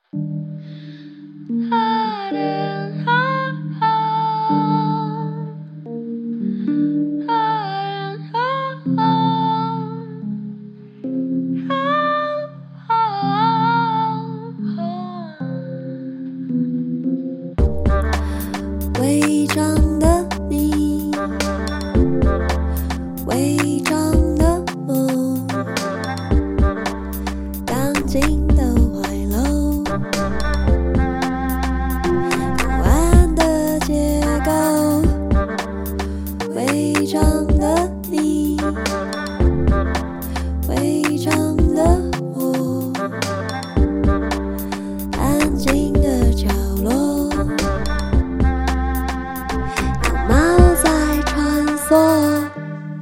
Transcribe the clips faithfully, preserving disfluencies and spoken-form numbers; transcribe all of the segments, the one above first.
伪装的你，伪装的我，钢筋的怀楼，不安的结构，伪装的你，伪装的我，安静的角落，有猫在穿梭。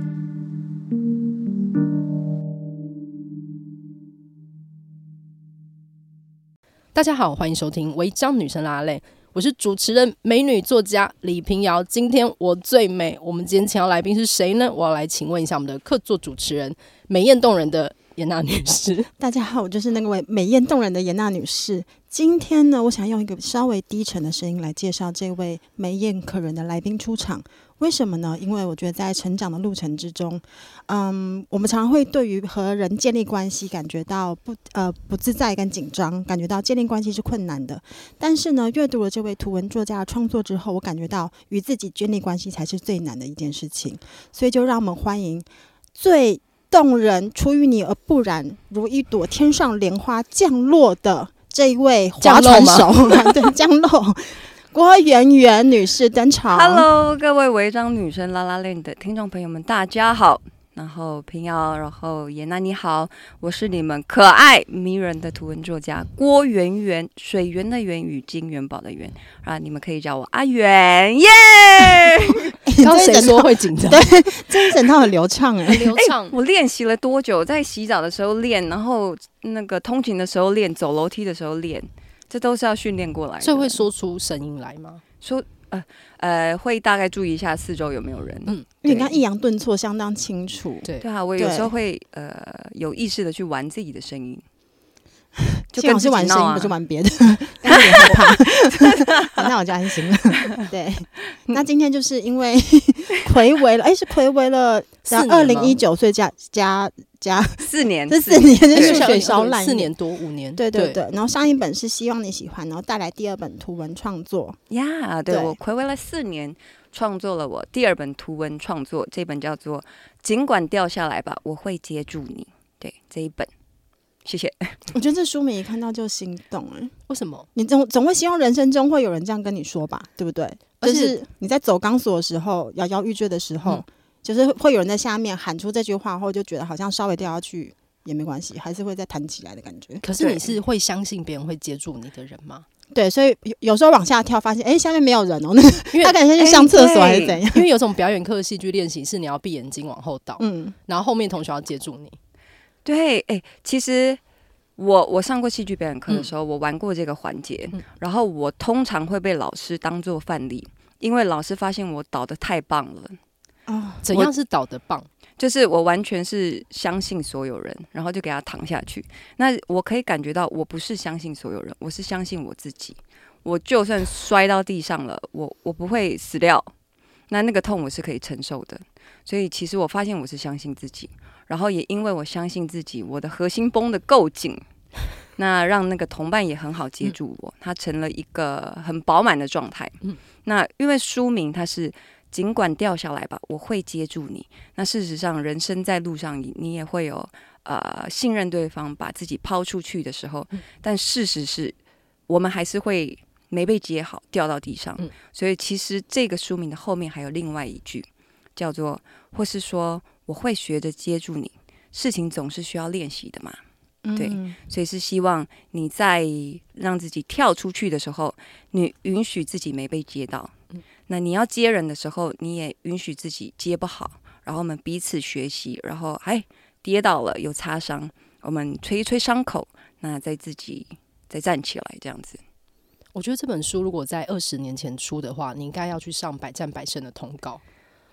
大家好，欢迎收听《违章女生拉拉链》，我是主持人美女作家李平遥。今天我最美，我们今天请到来宾是谁呢？我要来请问一下我们的客座主持人，美艳动人的严娜女士。 大家好，我就是那个美艳动人的严娜女士。今天呢，我想用一个稍微低沉的声音来介绍这位美艳可人的来宾出场。为什么呢？因为我觉得在成长的路程之中，嗯，我们常常会对于和人建立关系感觉到不呃不自在跟紧张，感觉到建立关系是困难的。但是呢，阅读了这位图文作家的创作之后，我感觉到与自己建立关系才是最难的一件事情。所以就让我们欢迎最动人，出于你而不染，如一朵天上莲花降落的这一位划船手，对，降落。郭圆圆女士登场。 Hello， 各位违章女生拉拉链的听众朋友们，大家好。然后平遥，然后严娜你好，我是你们可爱迷人的图文作家郭圆圆，水源的源与金元宝的源啊，你们可以叫我阿圆耶。 刚刚谁说会紧张？ 对，这一整套很流畅哎， 很流畅、 欸。我练习了多久？在洗澡的时候练，然后那个通勤的时候练，走楼梯的时候练。这都是要训练过来的， 所以会说出声音来吗？ 说呃呃，会大概注意一下四周有没有人。嗯， 因为你刚抑扬顿挫相当清楚。 对对啊，我有时候会呃有意识的去玩自己的声音， 就跟是玩声音，不是玩别的，但是也害怕。那我就安心了。对，那今天就是因为睽违了，哎，是睽违了，然后二零一九岁加加。加四年， 这四年就是水烧烂， 四年多五年， 对对 对, 对。然后上一本是希望你喜欢，然后带来第二本图文创作呀。Yeah, 对, 对我睽违了四年，创作了我第二本图文创作，这本叫做《尽管掉下来吧，我会接住你》。对，这一本，谢谢。 我觉得这书名一看到就心动哎、欸， 为什么？ 你总总会希望人生中会有人这样跟你说吧，对不对？就是你在走钢索的时候，摇摇欲坠的时候。嗯，就是会有人在下面喊出这句话后，就觉得好像稍微掉下去也没关系，还是会再弹起来的感觉。 可是你是会相信别人会接住你的人吗？ 对，所以有时候往下跳，发现哎下面没有人哦，那因为他可能先去上厕所还是怎样？ 因为有种表演课的戏剧练习是你要闭眼睛往后倒，嗯，然后后面同学要接住你。 对，哎，其实我我上过戏剧表演课的时候，嗯、我玩过这个环节，嗯、然后我通常会被老师当作范例，因为老师发现我导得太棒了。 哦，怎样是导得棒？ 就是我完全是相信所有人，然后就给他躺下去。那我可以感觉到，我不是相信所有人，我是相信我自己。我就算摔到地上了，我我不会死掉。那那个痛我是可以承受的。所以其实我发现我是相信自己，然后也因为我相信自己，我的核心绷得够紧，那让那个同伴也很好接住我，他成了一个很饱满的状态。那因为书名它是。尽管掉下来吧，我会接住你。那事实上，人生在路上，你也会有呃信任对方，把自己抛出去的时候。嗯、但事实是，我们还是会没被接好，掉到地上。嗯、所以，其实这个书名的后面还有另外一句，叫做“或是说我会学着接住你”。事情总是需要练习的嘛。对，所以是希望你在让自己跳出去的时候，你允许自己没被接到。那你要接人的时候，你也允许自己接不好，然后我们彼此学习，然后哎跌倒了有擦伤，我们吹一吹伤口，那再自己再站起来，这样子。 我觉得这本书如果在二十年前出的话，你应该要去上百战百胜的通告。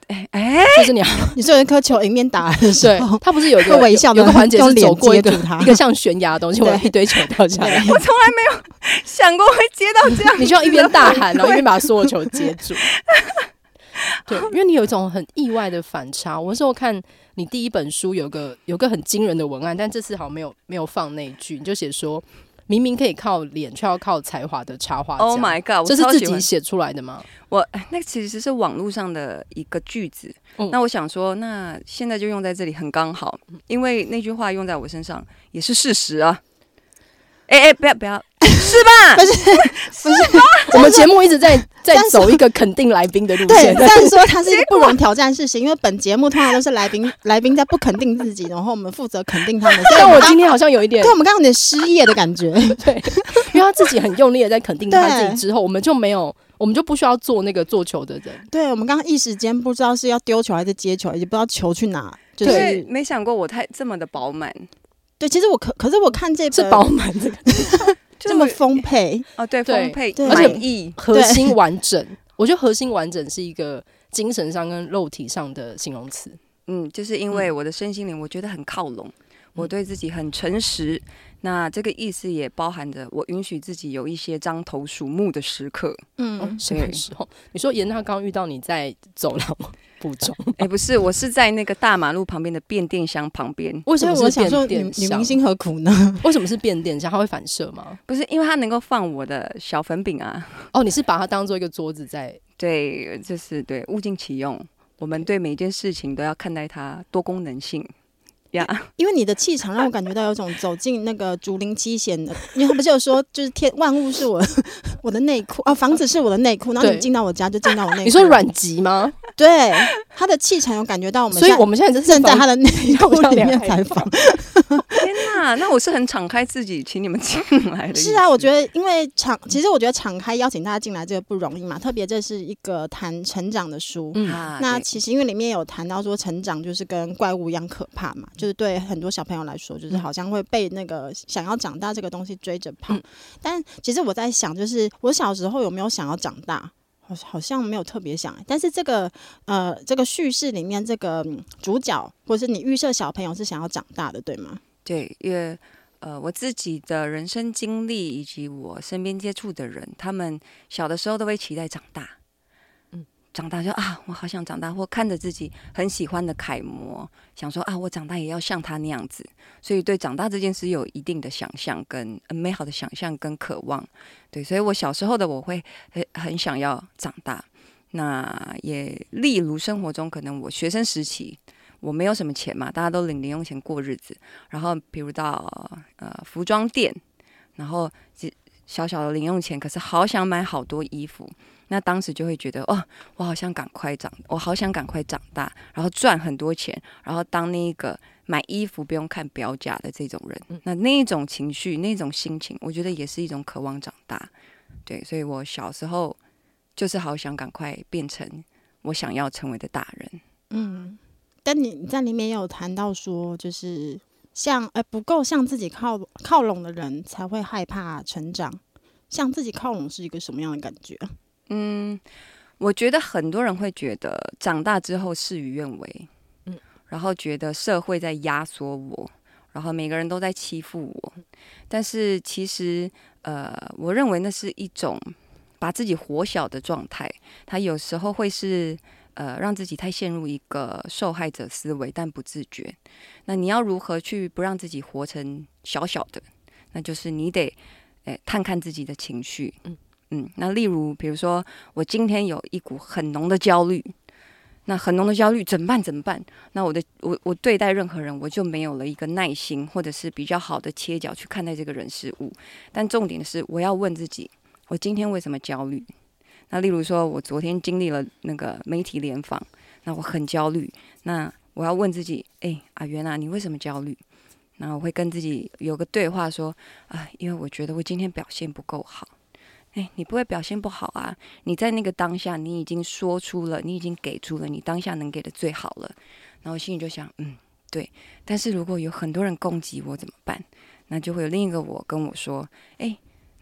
哎哎， 就是你要你说有一颗球迎面打来的时对候，， 他不是有一个微笑的有个环节是走过一个用脸接住它一个像悬崖的东西， 对我一堆球掉下来， 我从来没有想过会接到这样， 你就要一边大喊，然后一边把所有球接住。对，因为你有一种很意外的反差。我那时候看你第一本书有个有个很惊人的文案，但这次好像没有没有放那一句，你就写说明明可以靠脸，却要靠才华的插画家。 Oh my god， 这是自我超喜欢己写出来的吗？ 我那其实是网络上的一个句子， 嗯那我想说，那现在就用在这里很刚好，因为那句话用在我身上也是事实啊。哎、欸、哎、欸，不要不要，是吧？ 不是不是， 我们节目一直在在走一个肯定来宾的路对， 线。 但是说它是一个不容挑战事情，因为本节目通常都是来宾来宾在不肯定自己，然后我们负责肯定他们。所以但我们我今天好像有一点对我们刚刚有点失业的感觉。 对，因为他自己很用力的在肯定他对自己之后，我们就没有，我们就不需要做那个做球的人。 对，我们刚刚一时间不知道是要丢球还是接球，也不知道球去哪。就对， 是没想过我太这么的饱满， 对，其实我可可是我看这本是饱满这个这么丰沛， 哦，对， 对丰沛， 对而且满意， 核心完整。我觉得核心完整是一个精神上跟肉体上的形容词。 嗯，就是因为我的身心灵，我觉得很靠拢，我对自己很诚实。那这个意思也包含着我允许自己有一些獐头鼠目的时刻。 嗯， 哦，什么时候？你说严娜刚遇到你在走廊补妆， 哎、不是，我是在那个大马路旁边的变电箱旁边。 为什么是所以我想说变电箱女女明？星何苦呢？ 为什么是变电箱？它会反射吗？ 不是因为它能够放我的小粉饼啊， 哦，你是把它当做一个桌子在？ 对，就是对，物尽其用。我们对每一件事情都要看待它多功能性呀。Yeah. 因为你的气场让我感觉到有种走进那个竹林七贤的，因为他不是有说，就是天万物是我我的内裤啊，房子是我的内裤，然后你对进到我家就进到我内裤。 你说阮籍吗？ 对，他的气场有感觉到我们所以现在， 我们现在正在他的内裤里面要不要采访。 天哪，那我是很敞开自己，请你们进来的意思。 是啊，我觉得因为敞，其实我觉得敞开邀请大家进来这个不容易嘛，特别这是一个谈成长的书。 嗯啊，对那其实因为里面有谈到说，成长就是跟怪物一样可怕嘛，就是对很多小朋友来说，就是好像会被那个想要长大这个东西追着跑。 嗯但其实我在想，就是我小时候有没有想要长大？好好像没有特别想，但是这个呃，这个叙事里面，这个、嗯主角或是你预设小朋友是想要长大的，对吗？ 对，因为呃，我自己的人生经历以及我身边接触的人，他们小的时候都会期待长大。 嗯， 长大就啊，我好想长大，或看着自己很喜欢的楷模，想说啊，我长大也要像他那样子。所以对长大这件事有一定的想象跟、呃、美好的想象跟渴望。对，所以我小时候的我会很很想要长大。那也例如生活中，可能我学生时期我没有什么钱嘛，大家都领零用钱过日子。然后比如到呃服装店，然后小小的零用钱，可是好想买好多衣服。那当时就会觉得，哦，我好想赶快长，我好想赶快长大，然后赚很多钱，然后当那个买衣服不用看标价的这种人。 嗯、 那那一种情绪，那种心情，我觉得也是一种渴望长大。对，所以我小时候就是好想赶快变成我想要成为的大人。 嗯，但你在里面也有谈到说，就是像呃不够向自己靠靠拢的人才会害怕成长。向自己靠拢是一个什么样的感觉？ 嗯，我觉得很多人会觉得长大之后事与愿违，嗯，然后觉得社会在压缩我，然后每个人都在欺负我。但是其实，呃，我认为那是一种把自己活小的状态，它有时候会是呃让自己太陷入一个受害者思维，但不自觉。那你要如何去不让自己活成小小的？那就是你得，诶，探看自己的情绪，嗯。嗯，那例如，比如说，我今天有一股很浓的焦虑，那很浓的焦虑怎么办？怎么办？那我的我我对待任何人，我就没有了一个耐心，或者是比较好的切角去看待这个人事物。但重点是，我要问自己，我今天为什么焦虑？那例如说，我昨天经历了那个媒体联访，那我很焦虑。那我要问自己，哎，阿元啊，你为什么焦虑？那我会跟自己有个对话，说啊，因为我觉得我今天表现不够好。哎，你不会表现不好啊！你在那个当下，你已经说出了，你已经给出了你当下能给的最好了。然后我心里就想，嗯，对。但是如果有很多人攻击我怎么办？那就会有另一个我跟我说，哎，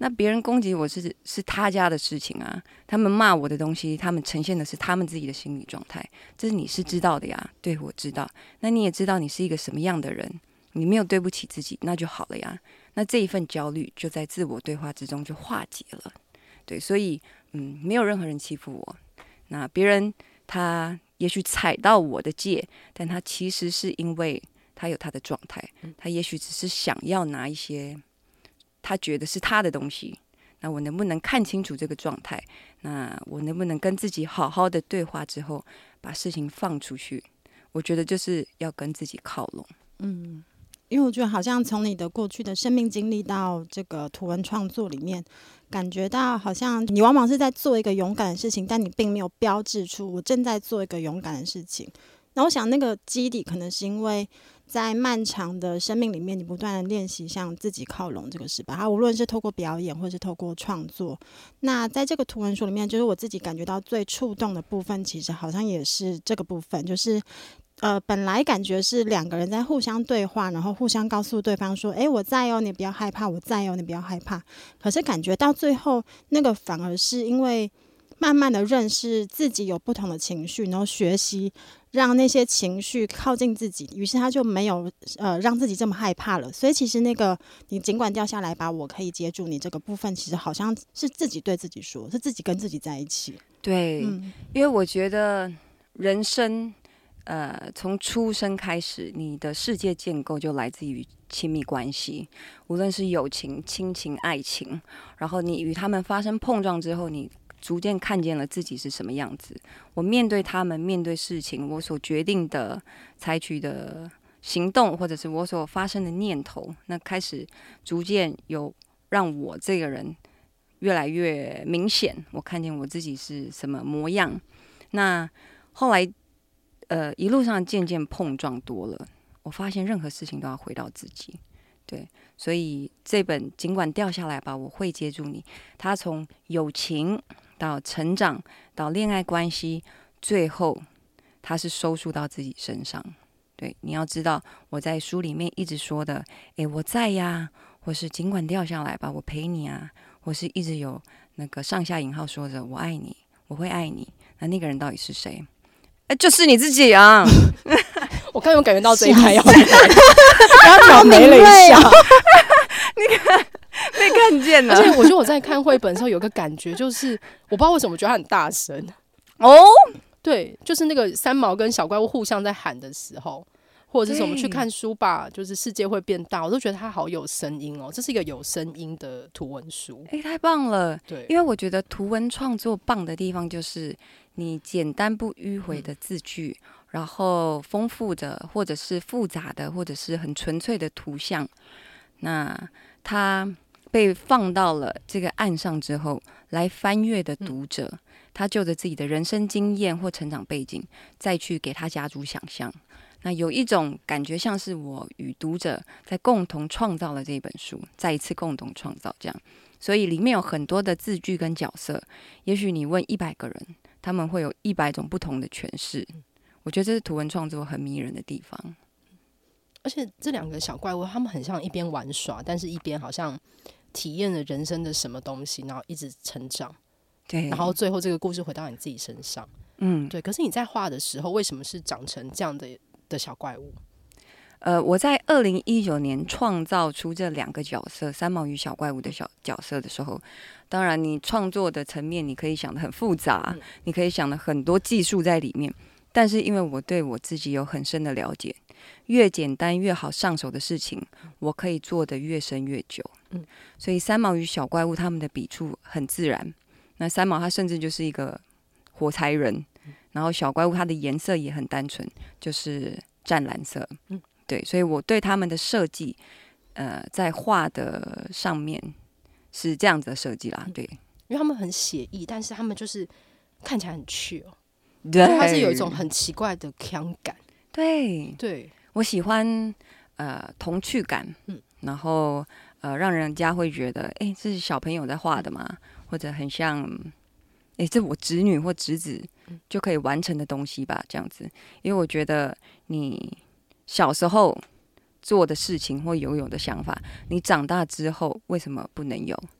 那别人攻击我是是他家的事情啊，他们骂我的东西，他们呈现的是他们自己的心理状态，这是你是知道的呀。对，我知道。那你也知道你是一个什么样的人，你没有对不起自己，那就好了呀。那这一份焦虑就在自我对话之中就化解了。对，所以嗯，没有任何人欺负我。那别人他也许踩到我的界，但他其实是因为他有他的状态，他也许只是想要拿一些他觉得是他的东西。那我能不能看清楚这个状态？那我能不能跟自己好好的对话之后，把事情放出去？我觉得就是要跟自己靠拢。 嗯，因为我觉得好像从你的过去的生命经历到这个图文创作里面，感觉到好像你往往是在做一个勇敢的事情，但你并没有标志出我正在做一个勇敢的事情。那我想那个基底可能是因为在漫长的生命里面，你不断的练习向自己靠拢这个事吧。它无论是透过表演或是透过创作，那在这个图文书里面，就是我自己感觉到最触动的部分，其实好像也是这个部分，就是呃，本来感觉是两个人在互相对话，然后互相告诉对方说：“哎，我在哦，你不要害怕；我在哦，你不要害怕。”可是感觉到最后，那个反而是因为慢慢的认识自己有不同的情绪，然后学习让那些情绪靠近自己，于是他就没有呃让自己这么害怕了。所以其实那个你尽管掉下来吧，我可以接住你这个部分，其实好像是自己对自己说，是自己跟自己在一起。 对， 嗯， 因为我觉得人生。呃，从出生开始，你的世界建构就来自于亲密关系，无论是友情、亲情、爱情。然后你与他们发生碰撞之后，你逐渐看见了自己是什么样子。我面对他们，面对事情，我所决定的、采取的行动，或者是我所发生的念头，那开始逐渐有让我这个人越来越明显。我看见我自己是什么模样。那后来。呃，一路上渐渐碰撞多了，我发现任何事情都要回到自己，对，所以这本尽管掉下来吧，我会接住你。它从友情到成长到恋爱关系，最后它是收束到自己身上。对，你要知道我在书里面一直说的，诶，我在呀，或是尽管掉下来吧，我陪你啊，或是一直有那个上下引号说着我爱你，我会爱你。那那个人到底是谁？就是你自己啊！ 我刚有感觉到这一排要来，刚刚挑眉了一下， 你看被看见了。 而且我觉得我在看绘本的时候有个感觉，就是我不知道为什么我觉得他很大声哦， 对，就是那个三毛跟小怪物互相在喊的时候，或者是我们去看书吧，就是世界会变大，我都觉得它好有声音哦，这是一个有声音的图文书。 哎、欸，太棒了！ 对， 因为我觉得图文创作棒的地方就是你简单不迂回的字句，嗯、然后丰富的或者是复杂的或者是很纯粹的图像，那它被放到了这个岸上之后，来翻阅的读者，嗯、他就着自己的人生经验或成长背景，再去给他加注想象。那有一种感觉像是我与读者在共同创造了这本书，再一次共同创造这样，所以里面有很多的字句跟角色，也许你问一百个人，他们会有一百种不同的诠释。我觉得这是图文创作很迷人的地方。 而且这两个小怪物，他们很像一边玩耍，但是一边好像体验了人生的什么东西，然后一直成长。 对， 然后最后这个故事回到你自己身上。嗯，对。可是你在画的时候，为什么是长成这样的？的小怪物， 呃，我在二零一九年创造出这两个角色三毛与小怪物的小角色的时候，当然你创作的层面你可以想得很复杂，嗯、你可以想得很多技术在里面，但是因为我对我自己有很深的了解，越简单越好上手的事情，我可以做得越深越久。嗯，所以三毛与小怪物他们的笔触很自然，那三毛他甚至就是一个火柴人。然后小怪物它的颜色也很单纯，就是湛蓝色。嗯，对，所以我对他们的设计，呃，在画的上面是这样子的设计啦。对， 因为他们很写意，但是他们就是看起来很chill， 对， 它是有一种很奇怪的腔感。 对， 对，我喜欢呃童趣感，嗯，然后呃让人家会觉得，哎，这是小朋友在画的吗？或者很像。哎，这我侄女或侄子就可以完成的东西吧，这样子。因为我觉得你小时候做的事情或拥有的想法，你长大之后为什么不能有？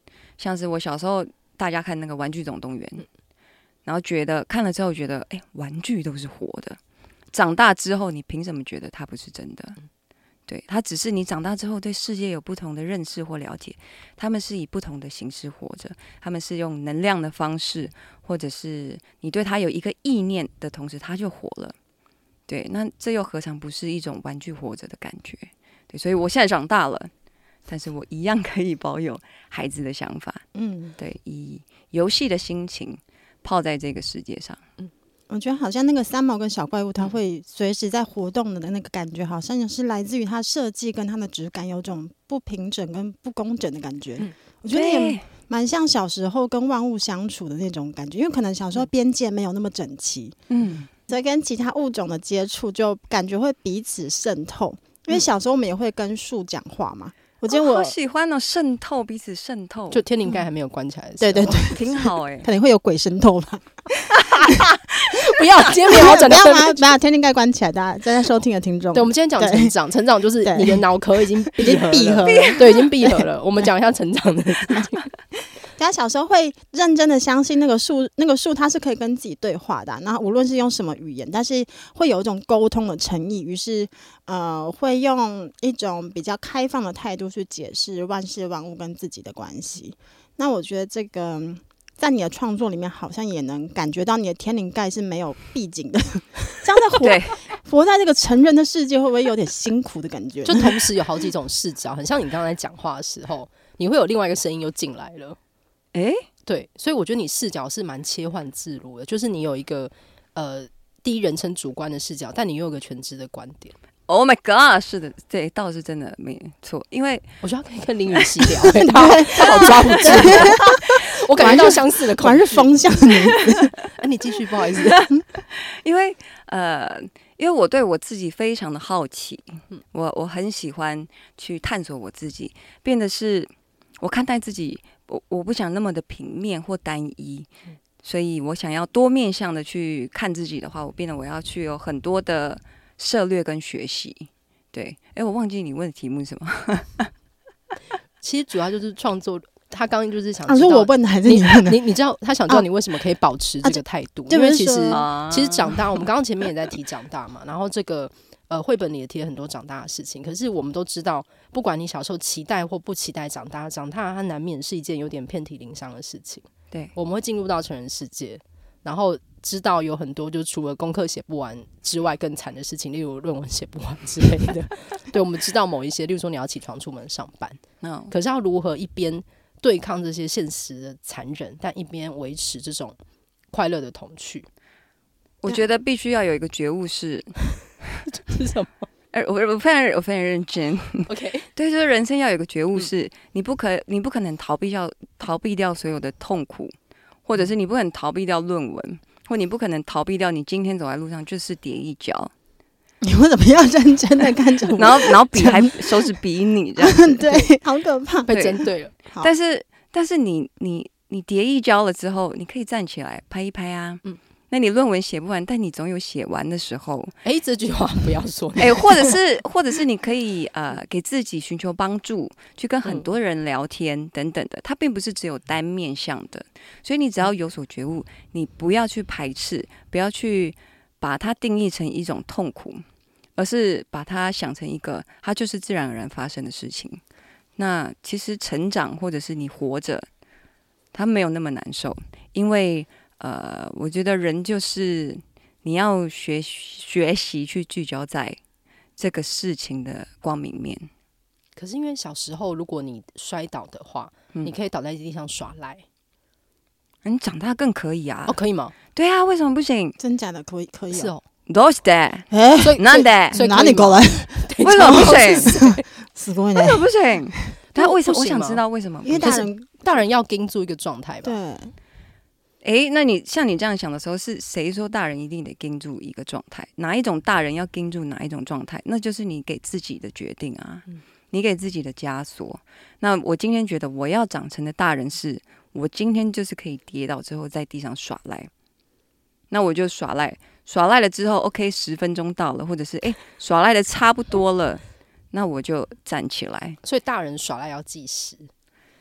像是我小时候大家看那个《玩具总动员》，然后觉得看了之后觉得，哎、欸，玩具都是活的。长大之后，你凭什么觉得它不是真的？对，它只是你长大之后对世界有不同的认识或了解，他们是以不同的形式活着，他们是用能量的方式，或者是你对它有一个意念的同时，它就活了。对，那这又何尝不是一种玩具活着的感觉？对，所以我现在长大了，但是我一样可以保有孩子的想法。嗯，对，以游戏的心情泡在这个世界上。嗯。 我觉得好像那个三毛跟小怪物，它会随时在活动的那个感觉，好像是来自于它设计跟它的质感有种不平整跟不工整的感觉。嗯、我觉得也蛮像小时候跟万物相处的那种感觉，因为可能小时候边界没有那么整齐，嗯，所以跟其他物种的接触就感觉会彼此渗透。因为小时候我们也会跟树讲话嘛。我觉得我、 哦、好喜欢哦，渗透彼此渗透， 就天灵盖还没有关起来的时候、 嗯、对对对， 挺好哎、欸， 可能会有鬼渗透吧。 不要，今天没有整不要吗？不要，天灵盖关起来，大家正在收听的听众。 对，我们今天讲成长，成长就是你的脑壳已经已经闭合了， 对，已经闭合了。我们讲一下成长的事情。 大家小时候会认真的相信那个树，那个树它是可以跟自己对话的、啊，那无论是用什么语言，但是会有一种沟通的诚意，于是呃会用一种比较开放的态度去解释万事万物跟自己的关系。那我觉得这个在你的创作里面，好像也能感觉到你的天灵盖是没有闭紧的，这样在活活在这个成人的世界，会不会有点辛苦的感觉？ 就同时有好几种视角，很像你刚才讲话的时候，你会有另外一个声音又进来了。 哎、欸， 对，所以我觉得你视角是蛮切换自如的，就是你有一个呃第一人称主观的视角，但你又有个全知的观点。 Oh my god！ 是的，对，倒是真的没错，因为我觉得可以跟林雨熙聊、欸，他他好抓不住，我感觉到相似的口， 反正是风向的名字。 哎，你继续，不好意思， 因为呃，因为我对我自己非常的好奇，我我很喜欢去探索我自己，变得是我看待自己。我我不想那么的平面或单一，所以我想要多面向的去看自己的话，我变得我要去有很多的涉略跟学习。对，哎，我忘记你问的题目是什么？ 其实主要就是创作。他刚刚就是想知道， 啊、是我问的还是你问的？ 你你知道他想知道你为什么可以保持这个态度？啊、因为其实、啊、其实长大，我们刚刚前面也在提长大嘛，然后这个。呃，绘本里也提了很多长大的事情，可是我们都知道，不管你小时候期待或不期待长大，长大它难免是一件有点遍体鳞伤的事情。 对， 我们会进入到成人世界，然后知道有很多就除了功课写不完之外更惨的事情，例如论文写不完之类的。对，我们知道某一些，例如说你要起床出门上班， no. 可是要如何一边对抗这些现实的残忍，但一边维持这种快乐的童趣？ 我觉得必须要有一个觉悟是。 是什么？ 我我非常我非常认真。 OK， 对，就是人生要有一个觉悟是，是、嗯、你不可你不可能逃避掉逃避掉所有的痛苦，或者是你不可能逃避掉论文，或你不可能逃避掉你今天走在路上就是跌一跤。 你为什么要认真的看着我？ 然后然后比还手指比你这样子， 对，好可怕， 被针对了。 但是但是你你你跌一跤了之后，你可以站起来拍一拍啊，嗯。那你论文写不完，但你总有写完的时候。 哎，这句话不要说。 哎，或者是，或者是你可以呃给自己寻求帮助，去跟很多人聊天、嗯、等等的。它并不是只有单面向的，所以你只要有所觉悟，你不要去排斥，不要去把它定义成一种痛苦，而是把它想成一个，它就是自然而然发生的事情。那其实成长或者是你活着，它没有那么难受，因为。呃，我觉得人就是你要学学习去聚焦在这个事情的光明面。 可是因为小时候，如果你摔倒的话，嗯、你可以倒在地上耍赖。 你长大更可以啊？ 哦，可以吗？ 对啊，为什么不行？ 真假的可以，可以、啊。 是哦。 どうして？ 哎， なんで？ 哪里过来？ 为什么不行？ 死过为什么不行？他为什么？我想知道为什么？ 因为大人大人要盯住一个状态吧。 对。 哎，那你像你这样想的时候，是谁说大人一定得盯住一个状态？哪一种大人要盯住哪一种状态？那就是你给自己的决定啊，嗯、你给自己的枷锁。那我今天觉得我要长成的大人是，我今天就是可以跌倒之后在地上耍赖，那我就耍赖，耍赖了之后 ，OK， 十分钟到了，或者是哎耍赖的差不多了，那我就站起来。 所以大人耍赖要计时。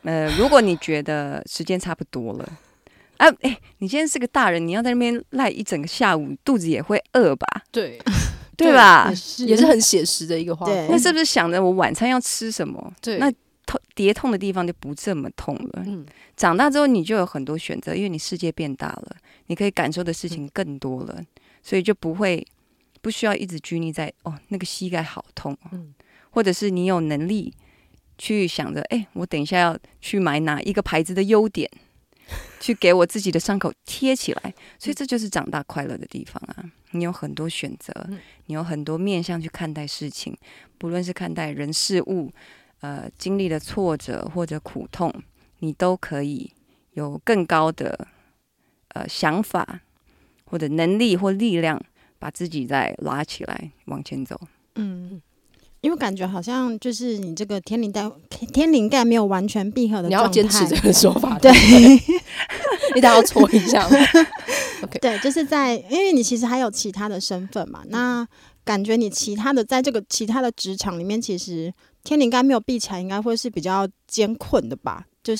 呃，如果你觉得时间差不多了，啊，哎、欸，你今天是个大人，你要在那边赖一整个下午，肚子也会饿吧？ 对， 对吧？ 也是也是很写实的一个画面。 那是不是想着我晚餐要吃什么？ 对， 那痛跌痛的地方就不这么痛了。 嗯， 长大之后你就有很多选择，因为你世界变大了，你可以感受的事情更多了，所以就不会不需要一直拘泥在哦那个膝盖好痛、哦嗯、或者是你有能力去想着，哎、欸，我等一下要去买哪一个牌子的优点，去给我自己的伤口贴起来。所以这就是长大快乐的地方啊！你有很多选择，你有很多面向去看待事情，不论是看待人事物。呃，经历的挫折或者苦痛，你都可以有更高的呃想法，或者能力或力量，把自己再拉起来往前走。 嗯，因为感觉好像就是你这个天灵盖天灵盖没有完全闭合的状态， 你要坚持这个说法， 对， 你等下要搓一下。okay. 对，就是在因为你其实还有其他的身份嘛，那感觉你其他的在这个其他的职场里面，其实。天灵盖没有闭起来，应该会是比较艰困的吧？就是，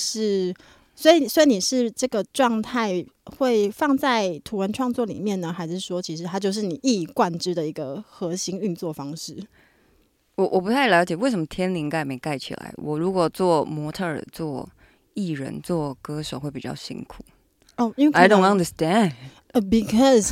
所以，所以你是这个状态会放在图文创作里面呢，还是说，其实它就是你一以贯之的一个核心运作方式？ 我我不太了解为什么天灵盖没盖起来。我如果做模特儿、做艺人、做歌手会比较辛苦。 哦，因为 I don't understand. Uh, because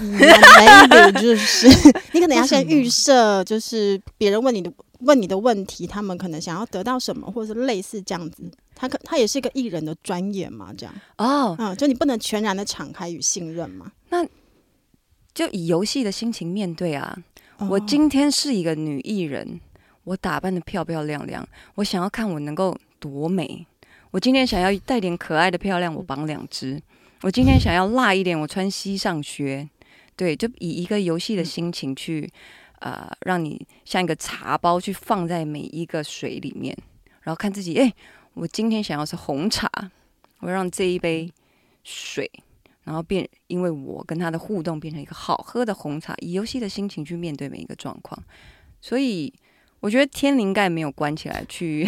maybe 就是你可能要先预设，就是别人问你的。问你的问题，他们可能想要得到什么，或者是类似这样子。他可他也是一个艺人的专业嘛，这样哦， oh, 嗯，就你不能全然的敞开与信任嘛。 那就以游戏的心情面对啊。 哦、 我今天是一个女艺人，我打扮得漂漂亮亮，我想要看我能够多美。我今天想要带点可爱的漂亮，我绑两只。我今天想要辣一点，我穿膝上靴。对，就以一个游戏的心情去。呃，让你像一个茶包去放在每一个水里面，然后看自己，哎、欸，我今天想要是红茶，我让这一杯水，然后变，因为我跟他的互动变成一个好喝的红茶，以游戏的心情去面对每一个状况。所以我觉得天灵盖没有关起来去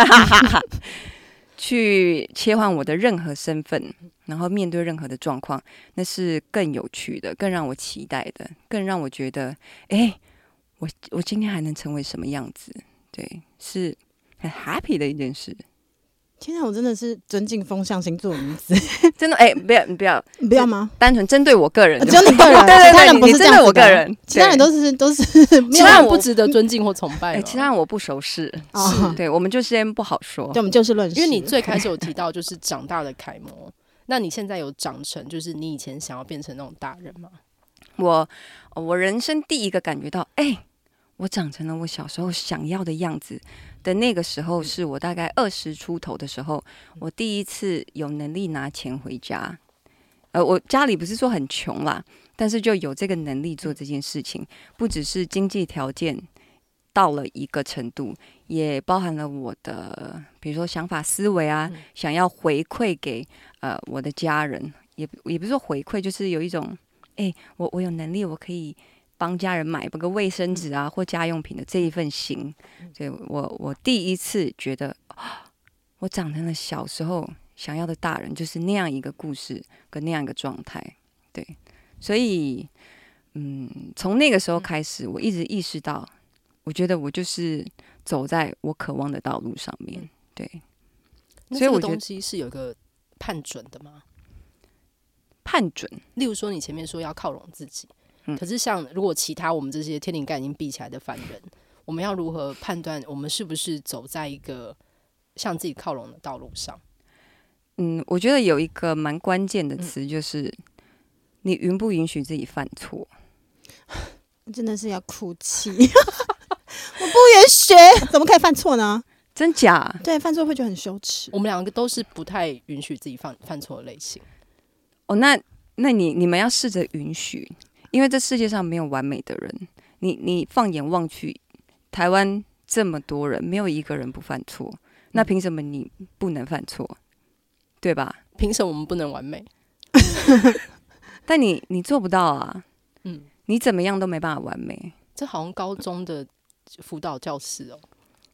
去切换我的任何身份，然后面对任何的状况，那是更有趣的，更让我期待的，更让我觉得，哎、欸。我我今天还能成为什么样子？对，是很 happy 的一件事。 天啊，我真的是尊敬风象星座的名字， 真的哎、欸，不要，你不要， 你不要吗？ 单纯针对我个人， 只有你个人， 对对对， 其他人不是这样子的， 针对我个人， 其他人都是都是， 其他人不值得尊敬或崇拜、 欸。其他人我不熟识， 哦、 是对，我们就先不好说， 对，我们就事论事。 因为你最开始有提到就是长大的楷模，那你现在有长成就是你以前想要变成那种大人吗？ 我我人生第一个感觉到，哎、欸。我长成了我小时候想要的样子的那个时候，是我大概二十出头的时候，我第一次有能力拿钱回家。呃，我家里不是说很穷啦，但是就有这个能力做这件事情，不只是经济条件到了一个程度，也包含了我的，比如说想法思维啊，嗯、想要回馈给呃我的家人，也也不是说回馈，就是有一种，哎、欸，我我有能力，我可以。帮家人买个卫生纸啊，或家用品的这一份心，所以我我第一次觉得，哦、我长成了小时候想要的大人，就是那样一个故事跟那样一个状态。对，所以，嗯，从那个时候开始，我一直意识到，我觉得我就是走在我渴望的道路上面。对， 所以我觉得东西是有一个判准的吗？ 判准， 例如说，你前面说要靠拢自己。可是像如果其他我们这些天灵盖已经闭起来的凡人，我们要如何判断我们是不是走在一个向自己靠拢的道路上？ 嗯，我觉得有一个蛮关键的词，就是、嗯、你允不允许自己犯错？ 真的是要哭泣！我不允许，怎么可以犯错呢？ 真假？ 对，犯错会觉得很羞耻。 我们两个都是不太允许自己犯犯错的类型。 哦，那那你你们要试着允许。因为这世界上没有完美的人，你你放眼望去，台湾这么多人，没有一个人不犯错，那凭什么你不能犯错？对吧？ 凭什么我们不能完美？ 但你你做不到啊， 嗯， 你怎么样都没办法完美。 这好像高中的辅导教室哦。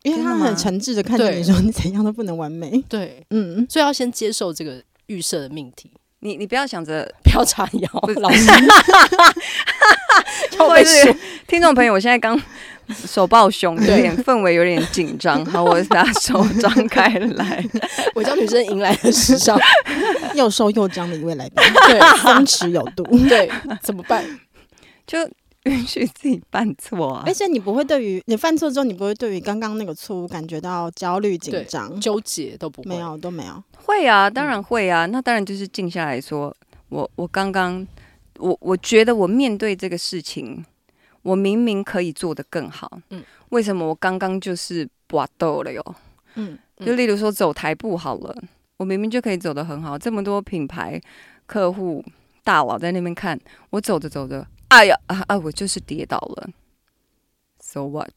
因为他很诚挚的看着你说你怎样都不能完美。 对， 嗯， 所以要先接受这个预设的命题。 你你不要想着不要插腰，老师。 或者是听众朋友，我现在刚手抱胸，有点氛围有点紧张。好，我把手张开来。 我叫女生迎来了时尚又瘦又张的一位来宾， 对， 松弛有度。 对，怎么办？ 就允许自己犯错啊！ 而且你不会对于你犯错之后，你不会对于刚刚那个错误感觉到焦虑、紧张、 纠结都不会， 没有都没有。 会啊，当然会啊。嗯、那当然就是静下来说，我我刚刚我我觉得我面对这个事情，我明明可以做得更好。嗯，为什么我刚刚就是拔豆了哟？嗯，就例如说走台步好了，我明明就可以走得很好，这么多品牌客户大佬在那边看我走着走着。哎呀啊啊！我就是跌倒了 ，so what？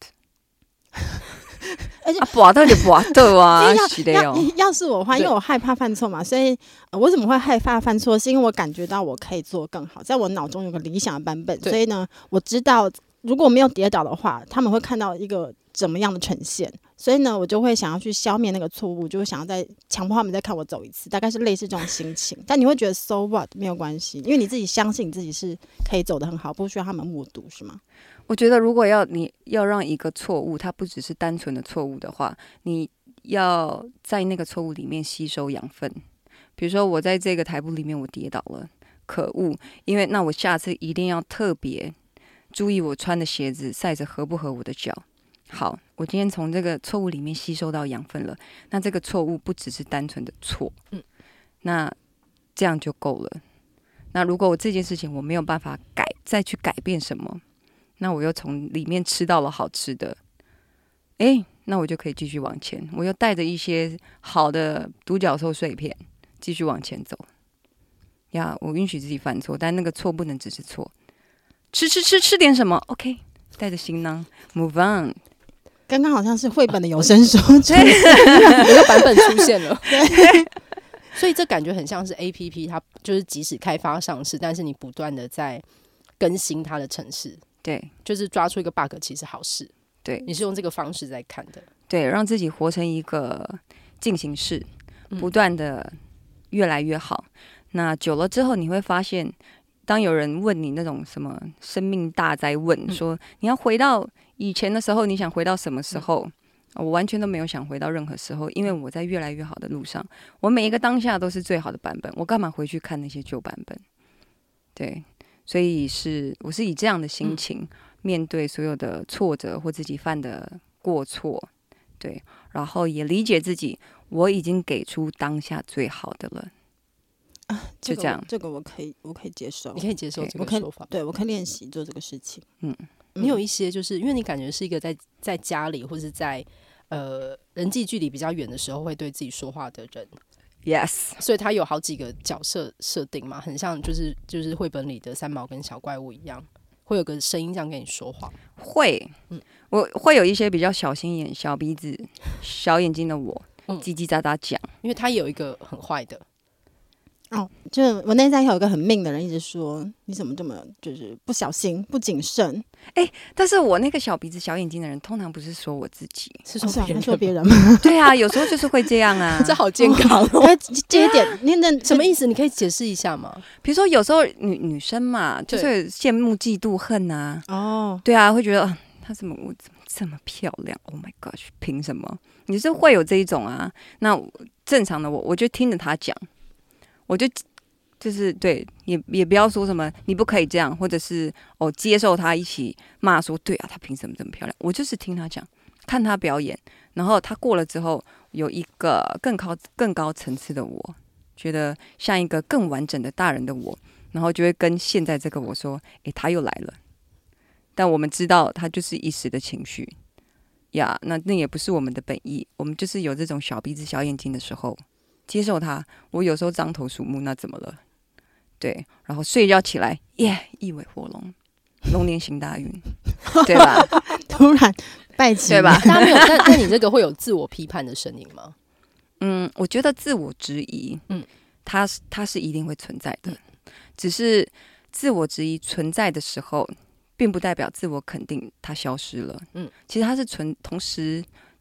而且啊，拔到就拔到啊，是的要要是我的话，因为我害怕犯错嘛，所以、呃、我怎么会害怕犯错？是因为我感觉到我可以做更好，在我脑中有个理想的版本，所以呢，我知道如果没有跌倒的话，他们会看到一个怎么样的呈现，所以呢，我就会想要去消灭那个错误，就会想要再强迫他们再看我走一次，大概是类似这种心情。但你会觉得 so what 没有关系，因为你自己相信你自己是可以走得很好，不需要他们默读，是吗？ 我觉得如果要你要让一个错误，它不只是单纯的错误的话，你要在那个错误里面吸收养分。比如说我在这个台步里面我跌倒了，可恶！因为那我下次一定要特别注意我穿的鞋子 size 合不合我的脚。好，我今天从这个错误里面吸收到养分了，那这个错误不只是单纯的错，嗯，那这样就够了。那如果我这件事情我没有办法改，再去改变什么，那我又从里面吃到了好吃的，哎，那我就可以继续往前，我又带着一些好的独角兽碎片继续往前走。呀，我允许自己犯错，但那个错不能只是错。吃吃吃吃点什么 ？OK， 带着行囊 ，move on。 刚刚好像是绘本的有声书， 有个版本出现了。所以这感觉很像是 A P P， 它就是即使开发上市，但是你不断的在更新它的程式。 对， 就是抓出一个 bug， 其实好事。 对， 你是用这个方式在看的。 对，让自己活成一个进行式，不断的越来越好。嗯、那久了之后，你会发现，当有人问你那种什么生命大灾问，嗯、说你要回到以前的时候，你想回到什么时候？嗯、我完全都没有想回到任何时候，因为我在越来越好的路上，我每一个当下都是最好的版本，我干嘛回去看那些旧版本？对，所以是我是以这样的心情。嗯面对所有的挫折或自己犯的过错，对，然后也理解自己，我已经给出当下最好的了， 啊、 就这样。 这个我可以，我可以接受， 你可以接受这个说法。 对，我可以练习做这个事情。 嗯，你有一些就是因为你感觉是一个在在家里或是在呃人际距离比较远的时候会对自己说话的人。 Yes， 所以他有好几个角色设定嘛，很像就是就是绘本里的三毛跟小怪物一样。会有个声音这样跟你说话， 会，嗯，我会有一些比较小心眼、小鼻子、小眼睛的我，嗯、叽叽喳喳讲， 因为他有一个很坏的， 哦，就我内在有一个很命的人，一直说你怎么这么就是不小心、不谨慎。 哎、欸，但是我那个小鼻子、小眼睛的人，通常不是说我自己， 是说别人， 哦、说别人吗？ 对啊，有时候就是会这样啊， 这好健康哦。 哦这一点，你那什么意思？你可以解释一下吗？ 比如说，有时候女女生嘛，就是羡慕、嫉妒、恨啊。哦，对啊，会觉得、呃、她怎么我怎么这么漂亮 ？Oh my gosh， 凭什么？你是会有这一种啊？那正常的我，我就听着她讲。我就就是对，也也不要说什么你不可以这样，或者是哦接受他一起骂说对啊，他凭什么这么漂亮？我就是听他讲，看他表演，然后他过了之后，有一个更高更高层次的我，觉得像一个更完整的大人的我，然后就会跟现在这个我说，诶，他又来了。但我们知道他就是一时的情绪呀，那那也不是我们的本意，我们就是有这种小鼻子小眼睛的时候。接受他，我有时候獐头鼠目，那怎么了？对，然后睡觉起来，耶，一尾活龙，龙年行大运，对吧？ 突然拜起， 对吧？ 大家没有，但但你这个会有自我批判的声音吗？ 嗯，我觉得自我质疑，嗯，它是它是一定会存在的，嗯、只是自我质疑存在的时候，并不代表自我肯定它消失了。嗯，其实它是存同时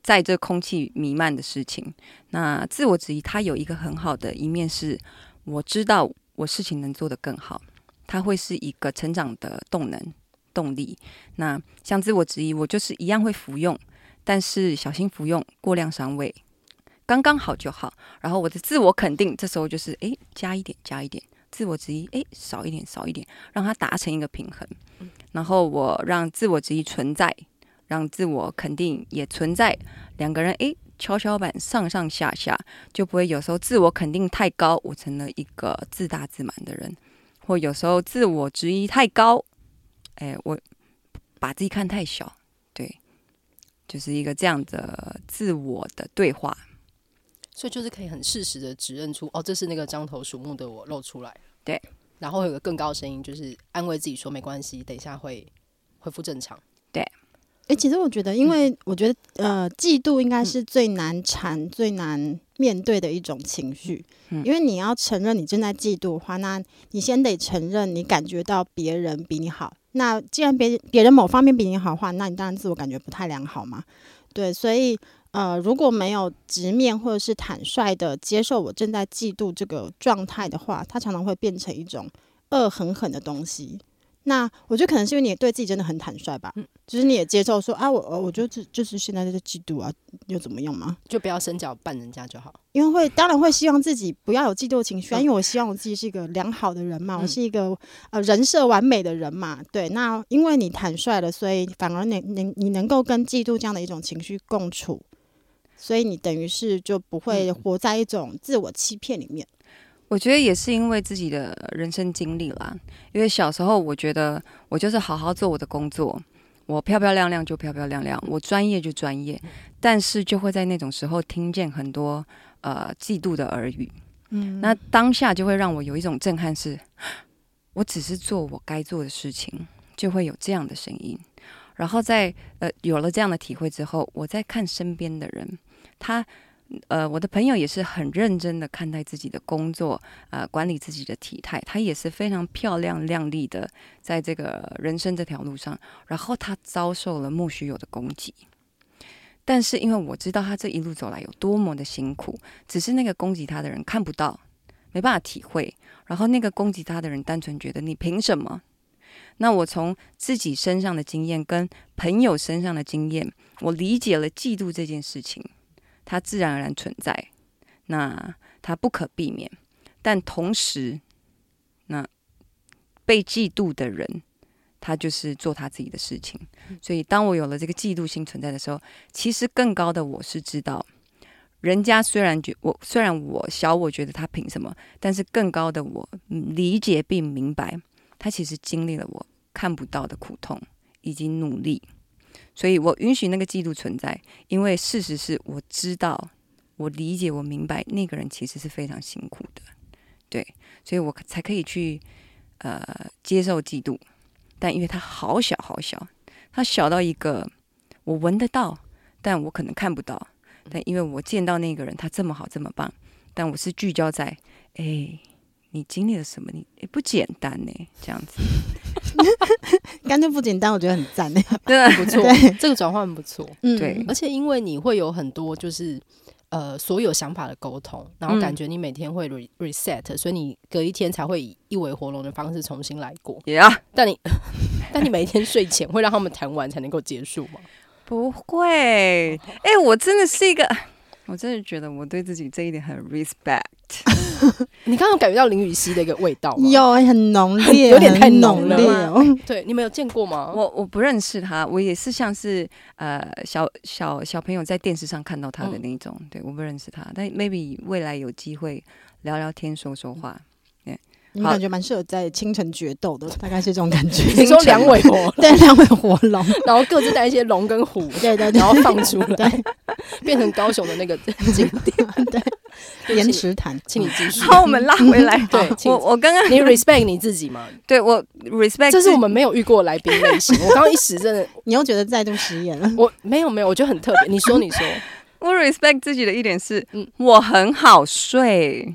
在这空气弥漫的事情。那自我质疑它有一个很好的一面是，我知道我事情能做得更好，它会是一个成长的动能动力。那像自我质疑，我就是一样会服用，但是小心服用，过量伤胃，刚刚好就好。然后我的自我肯定，这时候就是哎加一点加一点，自我质疑哎少一点少一点，让它达成一个平衡。然后我让自我质疑存在，让自我肯定也存在，两个人哎跷跷板上上下下，就不会有时候自我肯定太高，我成了一个自大自满的人，或有时候自我质疑太高，哎，我把自己看太小，对，就是一个这样的自我的对话。 所以就是可以很适时的指认出，哦，这是那个獐头鼠目的我露出来， 对， 然后有个更高的声音，就是安慰自己说没关系，等一下会恢复正常。 对。 哎、欸，其实我觉得，因为我觉得，呃，嫉妒应该是最难缠、嗯、最难面对的一种情绪、嗯。因为你要承认你正在嫉妒的话，那你先得承认你感觉到别人比你好。那既然别别人某方面比你好的话，那你当然自我感觉不太良好嘛。对，所以呃，如果没有直面或者是坦率的接受我正在嫉妒这个状态的话，它常常会变成一种恶狠狠的东西。那我觉得可能是因为你对自己真的很坦率吧，嗯、就是你也接受说啊，我我觉得就是现在在嫉妒啊，又怎么样嘛？ 就不要伸脚绊人家就好。 因为会当然会希望自己不要有嫉妒情绪啊、嗯，因为我希望我自己是一个良好的人嘛，嗯、我是一个呃人设完美的人嘛。对，那因为你坦率了，所以反而你你你能够跟嫉妒这样的一种情绪共处，所以你等于是就不会活在一种自我欺骗里面。 我觉得也是因为自己的人生经历啦，因为小时候我觉得我就是好好做我的工作，我漂漂亮亮就漂漂亮亮，我专业就专业，但是就会在那种时候听见很多呃嫉妒的耳语，嗯，那当下就会让我有一种震撼是，我只是做我该做的事情，就会有这样的声音。然后在呃有了这样的体会之后，我在看身边的人，他。呃，我的朋友也是很认真的看待自己的工作，呃，管理自己的体态，他也是非常漂亮亮丽的，在这个人生这条路上，然后他遭受了莫须有的攻击，但是因为我知道他这一路走来有多么的辛苦，只是那个攻击他的人看不到，没办法体会，然后那个攻击他的人单纯觉得你凭什么？那我从自己身上的经验跟朋友身上的经验，我理解了嫉妒这件事情。它自然而然存在，那它不可避免，但同时，那被嫉妒的人，他就是做他自己的事情。所以，当我有了这个嫉妒心存在的时候，其实更高的我是知道，人家虽然觉我虽然我小我觉得他凭什么，但是更高的我理解并明白，他其实经历了我看不到的苦痛以及努力。所以我允许那个嫉妒存在，因为事实是我知道，我理解，我明白那个人其实是非常辛苦的，对，所以我才可以去呃接受嫉妒。但因为他好小好小，他小到一个我闻得到，但我可能看不到。但因为我见到那个人，他这么好这么棒，但我是聚焦在，哎，你经历了什么？你哎不简单呢，这样子。 干脆不简单，我觉得很赞呢， 对，不错，这个转换不错， 嗯， 对，而且因为你会有很多就是呃所有想法的沟通，然后感觉你每天会 re- reset，、嗯、所以你隔一天才会以一尾活龙的方式重新来过。 Yeah. 但你但你每一天睡前会让他们谈完才能够结束吗？ 不会，哎、欸，我真的是一个，我真的觉得我对自己这一点很 respect。 你刚刚感觉到林予晞的一个味道吗？ 有，很浓烈， 有点太浓了吗？ 对，你们有见过吗？ 我我不认识他，我也是像是呃小小小朋友在电视上看到他的那种，嗯、对，我不认识他，但 maybe 未来有机会聊聊天，说说话。嗯你们感觉蛮适合在清晨决斗的，大概是这种感觉。 你说两尾活， 对，两尾活龙， 然后各自带一些龙跟虎， 对对对， 然后放出来，对，变成高雄的那个景点， 对，盐池潭， 请你继续。 好，我们拉回来。 对， 我我刚刚你 respect 你自己吗？ 对，我 respect， 这是我们没有遇过的来宾类型。我刚刚一时真的， 你又觉得再度实验了？ 我没有没有，我觉得很特别。你说你说， 我 respect 自己的一点是，嗯，我很好睡。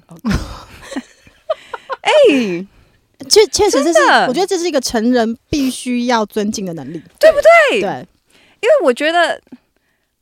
哎、欸。 确确实这是，我觉得这是一个成人必须要尊敬的能力， 对不对？ 对， 因为我觉得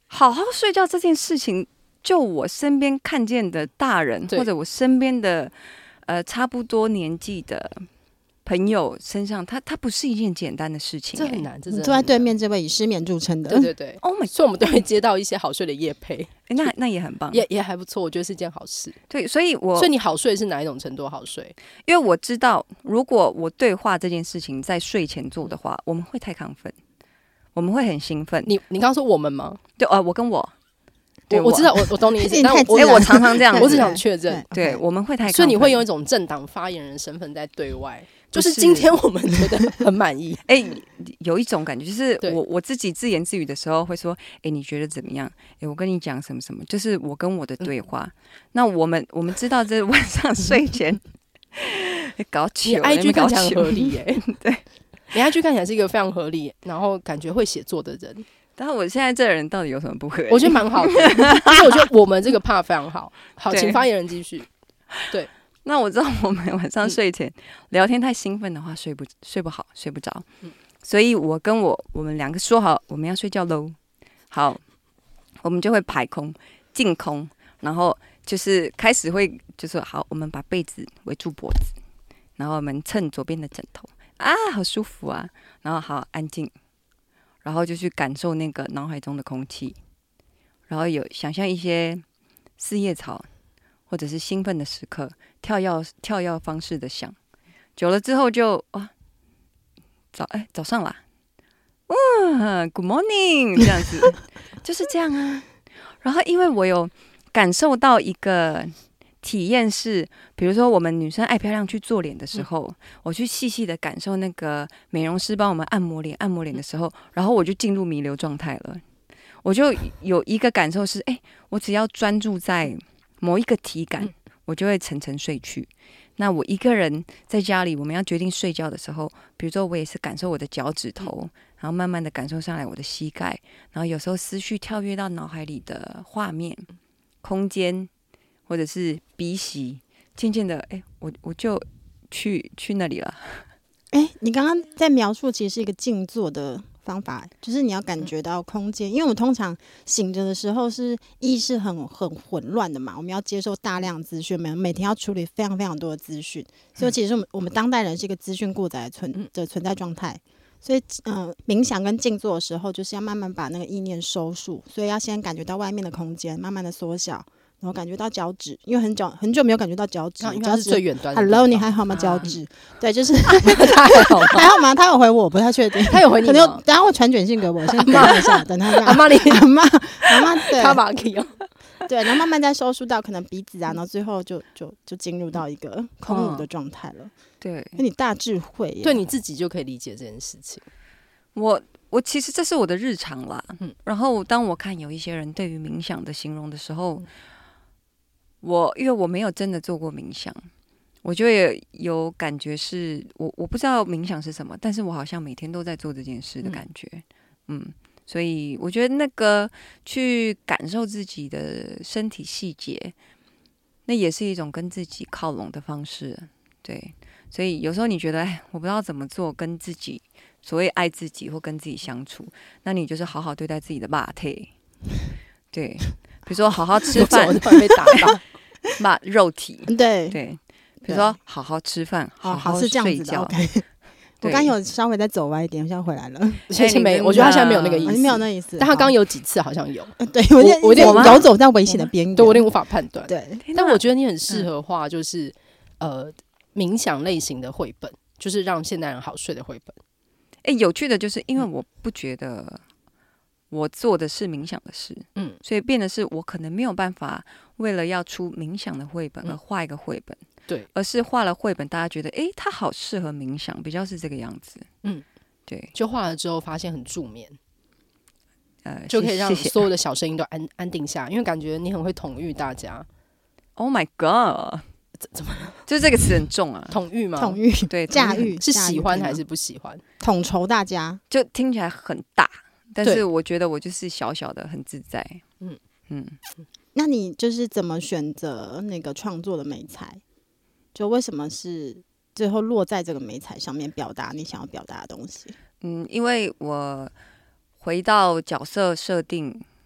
好好睡觉这件事情，就我身边看见的大人，或者我身边的呃差不多年纪的朋友身上，它它不是一件简单的事情、欸， 这很难。这你坐在对面这位以失眠著称的， 对对对 ，Oh my， 所以我们都会接到一些好睡的业配， 欸、那那也很棒， 也也还不错，我觉得是一件好事。 对，所以我所以你好睡是哪一种程度好睡？ 因为我知道，如果我对话这件事情在睡前做的话，我们会太亢奋，我们会很兴奋。 你你刚刚说我们吗？ 对，呃，我跟我。 我我知道，我我懂你意思，但我哎、欸，我常常这样， 我只想确认， 对，我们会太亢奋， 所以你会用一种政党发言人身份在对外，就是今天我们觉得很满意。 哎、欸，有一种感觉，就是我我自己自言自语的时候会说，哎、欸，你觉得怎么样？哎、欸，我跟你讲什么什么，就是我跟我的对话。嗯、那我们我们知道，这晚上睡前搞糗， 你 I G 看起来很合理耶、 欸，对， 你 I G 看起来是一个非常合理，然后感觉会写作的人。 但是我现在这个人到底有什么不合理？ 我觉得蛮好的，因为我觉得我们这个 part 非常好。好，请发言人继续。对， 那我知道我们晚上睡前、嗯、聊天太兴奋的话，睡不睡不好，睡不着、嗯。所以我跟我我们两个说好，我们要睡觉喽。好，我们就会排空、净空，然后就是开始会就说好，我们把被子围住脖子，然后我们蹭左边的枕头啊，好舒服啊，然后好安静。然后就去感受那个脑海中的空气，然后有想象一些四叶草，或者是兴奋的时刻，跳跃跳跃方式的想，久了之后就啊，早哎早上啦，嗯 ，Good morning 这样子，就是这样啊。然后因为我有感受到一个体验是，比如说我们女生爱漂亮去做脸的时候、嗯、我去细细的感受那个美容师帮我们按摩脸按摩脸的时候、嗯、然后我就进入弥留状态了。我就有一个感受是，哎、欸，我只要专注在某一个体感、嗯、我就会沉沉睡去。那我一个人在家里，我们要决定睡觉的时候，比如说我也是感受我的脚趾头、嗯、然后慢慢的感受上来我的膝盖，然后有时候思绪跳跃到脑海里的画面空间或者是鼻息，渐渐的，哎、欸，我我就去去那里了。 哎、欸，你刚刚在描述其实是一个静坐的方法，就是你要感觉到空间、嗯，因为我们通常醒着的时候是意识很很混乱的嘛，我们要接受大量资讯，每每天要处理非常非常多的资讯，所以其实我们我们当代人是一个资讯过载的存的存在状态。所以，嗯、呃，冥想跟静坐的时候，就是要慢慢把那个意念收束，所以要先感觉到外面的空间，慢慢的缩小。然后感觉到脚趾，因为很久很久没有感觉到脚趾， 因为它是最远端的。 Hello， 你还好吗？脚趾，啊、对，就是他还好吗？ 还好吗？他有回我，不太确定。 他有回你吗？ 可能等下会传简讯给我，先等一下，等他。 阿妈你阿妈阿妈，对， 他把可以哦。 对，然后慢慢再收束到可能鼻子啊，然后最后就就就进入到一个空无的状态了。 对， 因为你大智慧耶， 对你自己就可以理解这件事情。 我我其实这是我的日常啦。嗯，然后当我看有一些人对于冥想的形容的时候。嗯，我因为我没有真的做过冥想，我就也有感觉是我我不知道冥想是什么，但是我好像每天都在做这件事的感觉。嗯, 嗯，所以我觉得那个去感受自己的身体细节，那也是一种跟自己靠拢的方式。对，所以有时候你觉得哎，我不知道怎么做跟自己所谓爱自己或跟自己相处，那你就是好好对待自己的肉体。对，比如说好好吃饭， 突然被打到。 骂肉体， 对对，比如说好好吃饭，好好睡觉。 Okay、我刚有稍微再走歪一点，我现在回来了。 现在没，我觉得他现在没有那个意思， 没有那意思。 但他刚刚有几次好像有， 对我我有点游走在危险的边缘， 对我有点无法判断。 对， 但我觉得你很适合画，就是、嗯、呃冥想类型的绘本，就是让现代人好睡的绘本。 哎、欸，有趣的就是因为我不觉得我做的是冥想的事，嗯，所以变得是我可能没有办法为了要出冥想的绘本而画一个绘本， 对， 而是画了绘本，大家觉得哎、欸，它好适合冥想，比较是这个样子，嗯，对， 就画了之后发现很助眠，呃，就可以让所有的小声音都安安定下，因为感觉你很会统御大家。 Oh my god！ 怎么了？就是这个词很重啊， 统御吗？ 统御， 对， 驾驭是喜欢还是不喜欢？ 统筹大家， 就听起来很大。但是我觉得我就是小小的很自在，嗯嗯。 那你就是怎么选择那个创作的媒材？就为什么是最后落在这个媒材上面表达你想要表达的东西？ 嗯，因为我回到角色设定，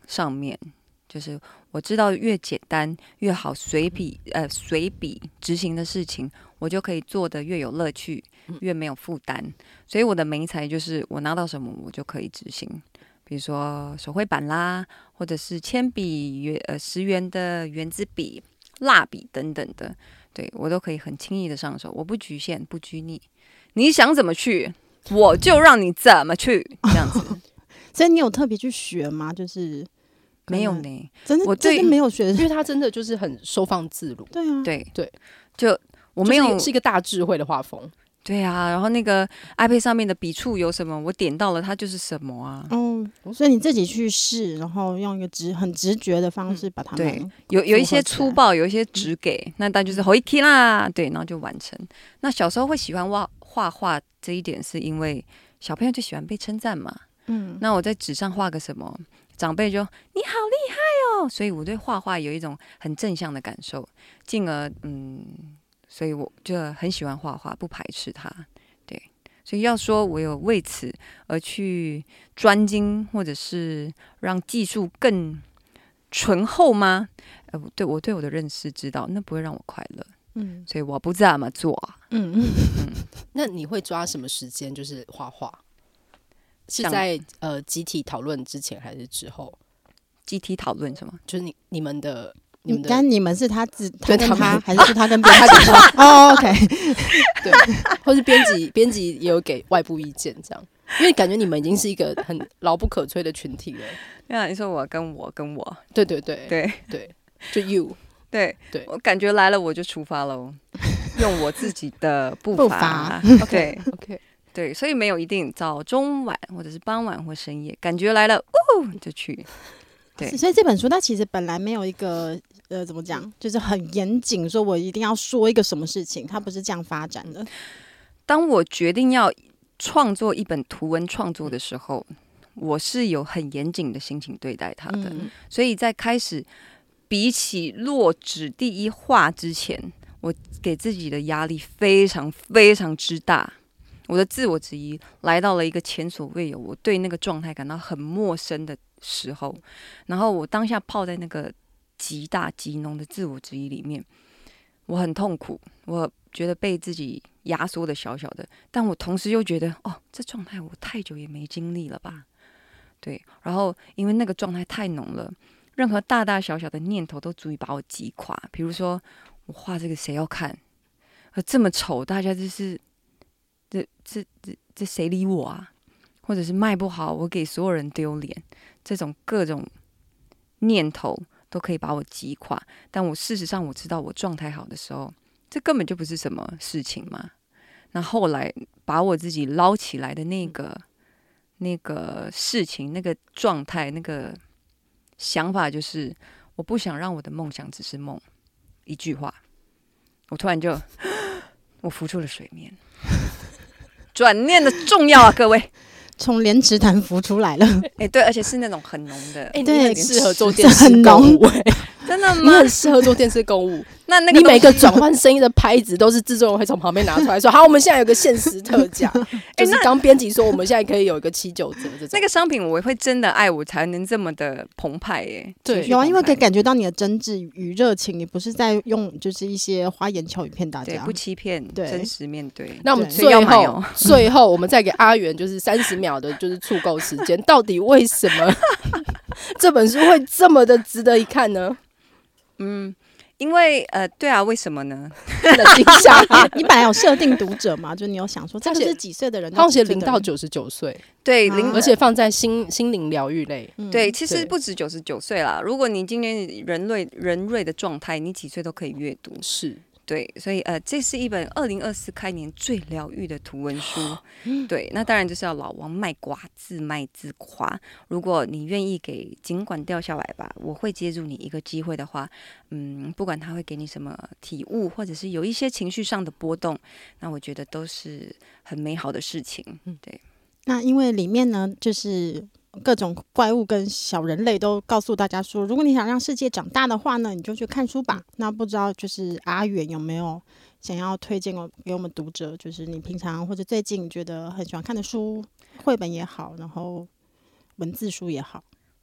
上面，就是我知道越简单越好，随笔呃随笔执行的事情，我就可以做得越有乐趣，越没有负担。所以我的媒材就是我拿到什么我就可以执行，比如说手绘板啦，或者是铅笔、呃十元的圆珠笔、蜡笔等等的，对我都可以很轻易的上手，我不局限不拘泥，你想怎么去我就让你怎么去，这样子。 所以你有特别去学吗？就是没有呢， 真的， 我对真的没有学， 因为他真的就是很收放自如， 对啊， 对对， 就我没有、 就是、是一个大智慧的画风。 对啊，然后那个 iPad 上面的笔触有什么，我点到了它就是什么啊。 哦，所以你自己去试，然后用一个直很直觉的方式把它们、 嗯、对，有有一些粗暴，有一些直给，嗯、那但就是好一 k 啦，对，然后就完成。那小时候会喜欢画画画这一点，是因为小朋友就喜欢被称赞嘛。嗯，那我在纸上画个什么，长辈就你好厉害哦，所以我对画画有一种很正向的感受，进而嗯。所以我就很喜欢画画，不排斥它。对，所以要说我有为此而去专精，或者是让技术更醇厚吗？呃，对我对我的认识知道，那不会让我快乐。嗯，所以我不这么做。嗯嗯嗯。那你会抓什么时间？就是画画，是在呃集体讨论之前还是之后？ 集体讨论什么？ 就是你你们的。 你们的你们是他自他跟他，还是他跟编辑？ 哦 ，OK， 对，或是编辑编辑也有给外部意见，这样，因为感觉你们已经是一个很牢不可摧的群体了。 那你说我跟我跟我， 对对对对对，就 you， 对对，我感觉来了我就出发了，用我自己的步伐。 步伐对 OK， 对，所以没有一定早中晚或者是傍晚或深夜，感觉来了，哦，就去。对， 所以这本书它其实本来没有一个呃怎么讲，就是很严谨，说我一定要说一个什么事情，它不是这样发展的。 当我决定要创作一本图文创作的时候，我是有很严谨的心情对待它的，嗯、所以在开始比起落纸第一画之前，我给自己的压力非常非常之大。我的自我质疑来到了一个前所未有，我对那个状态感到很陌生的时候，然后我当下泡在那个极大极浓的自我质疑里面，我很痛苦，我觉得被自己压缩的小小的，但我同时又觉得，哦，这状态我太久也没经历了吧？对，然后因为那个状态太浓了，任何大大小小的念头都足以把我击垮。比如说，我画这个谁要看？呃，这么丑，大家就是这这这这谁理我啊？或者是卖不好，我给所有人丢脸，这种各种念头都可以把我击垮。但我事实上我知道，我状态好的时候，这根本就不是什么事情嘛。那后来把我自己捞起来的那个那个事情、那个状态、那个想法，就是我不想让我的梦想只是梦。一句话，我突然就我浮出了水面。转念的重要啊，各位。 从莲池潭浮出来了， 哎、欸，对，而且是那种很浓的， 哎、欸，你很适合做电视公务、欸， 真的吗？ 你很适合做电视公务。 那那个你每个转换声音的拍子都是制作人会从旁边拿出来说：“好，我们现在有个限时特价，就是刚编辑说我们现在可以有一个七九折这种。” 那个商品我会真的爱，我才能这么的澎湃耶、欸。 对，有啊，因为可以感觉到你的真挚与热情，你不是在用就是一些花言巧语骗大家， 对，不欺骗，真实面对。 那我们最后最后我们再给阿元就是三十秒的就是促购时间，到底为什么这本书会这么的值得一看呢？ 嗯。因为呃，对啊，为什么呢？ 惊吓你本来有设定读者嘛？就你有想说，这个是几岁的人？ 他写零到九十九岁， 对，零、 啊，而且放在心心灵疗愈类。 嗯、对，其实不止九十九岁啦。如果你今天人类人瑞的状态，你几岁都可以阅读。 是。 对，所以呃，这是一本二零二四开年最疗愈的图文书。对，那当然就是要老王卖瓜，自卖自夸。如果你愿意给，尽管掉下来吧，我会接住你一个机会的话，嗯，不管他会给你什么体悟，或者是有一些情绪上的波动，那我觉得都是很美好的事情。对， 那因为里面呢，就是各种怪物跟小人类都告诉大家说，如果你想让世界长大的话呢，你就去看书吧。那不知道就是阿元有没有想要推荐给我们读者，就是你平常或者最近觉得很喜欢看的书，绘本也好，然后文字书也好。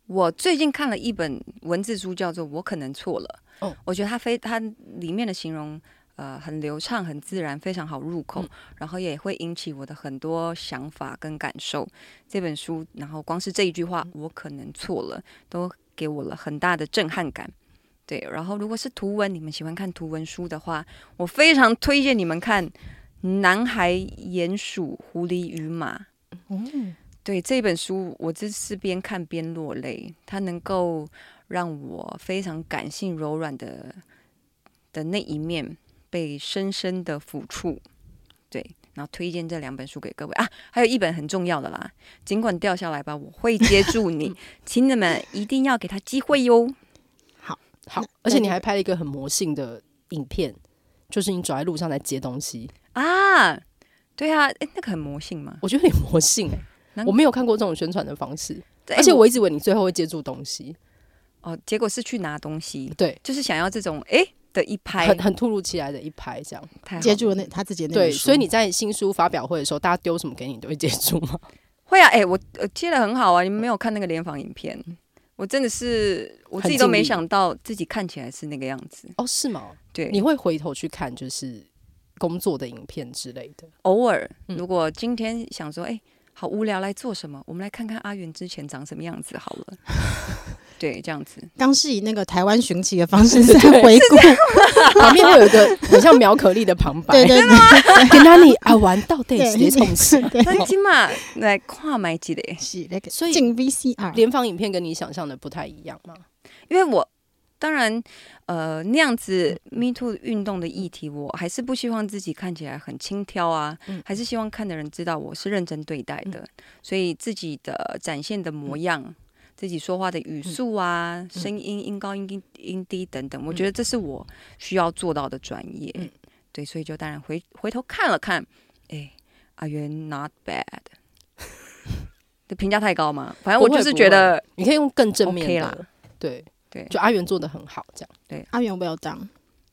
我最近看了一本文字书，叫做《我可能错了》。 哦， 我觉得它非它里面的形容呃很流畅、很自然，非常好入口，嗯、然后也会引起我的很多想法跟感受。这本书，然后光是这一句话“我可能错了”，都给我了很大的震撼感。对，然后如果是图文，你们喜欢看图文书的话，我非常推荐你们看《男孩、鼹鼠、狐狸与马》。嗯，对，这本书我这是边看边落泪，它能够让我非常感性柔软的的那一面被深深的抚触。对，然后推荐这两本书给各位啊，还有一本很重要的啦，尽管掉下来吧，我会接住你，请你们一定要给他机会哟。 好， 好，而且你还拍了一个很魔性的影片，就是你走在路上在接东西啊。对啊，哎，那个很魔性吗？ 我觉得很魔性哎、欸，我没有看过这种宣传的方式，而且我一直以为你最后会接住东西， 哦，结果是去拿东西， 对， 就是想要这种哎的一拍， 很很突如其来的一拍，这样接住了那他自己的那对，所以你在新书发表会的时候，大家丢什么给你，你都会接住吗？ 会啊，哎、欸，我我接得很好啊，你们没有看那个联访影片，我真的是我自己都没想到自己看起来是那个样子。 哦，是吗？ 对， 你会回头去看就是工作的影片之类的， 偶尔，如果今天想说，哎、欸。好无聊，来做什么？我们来看看阿元之前长什么样子好了。对，这样子。 刚是以那个台湾寻奇的方式在回顾， 旁边会有一个很像苗可丽的旁白。 对对对， 跟他你啊玩到底是从事。 那起码来看买几嘞？ 是那个， 所以进 V C R 联访影片跟你想象的不太一样吗？ 因为我。当然，呃，那样子 Me Too 运动的议题，我还是不希望自己看起来很轻佻啊，嗯、还是希望看的人知道我是认真对待的，嗯、所以自己的展现的模样、嗯、自己说话的语速啊、嗯、声音音高、音音低等等，我觉得这是我需要做到的专业。嗯、对，所以就当然回回头看了看，哎，阿元 not bad， 的评价太高吗？反正我就是觉得你可以用更正面的 OK 啦， 对。 对， 就阿元做的很好，这样。 对， 阿元 well done，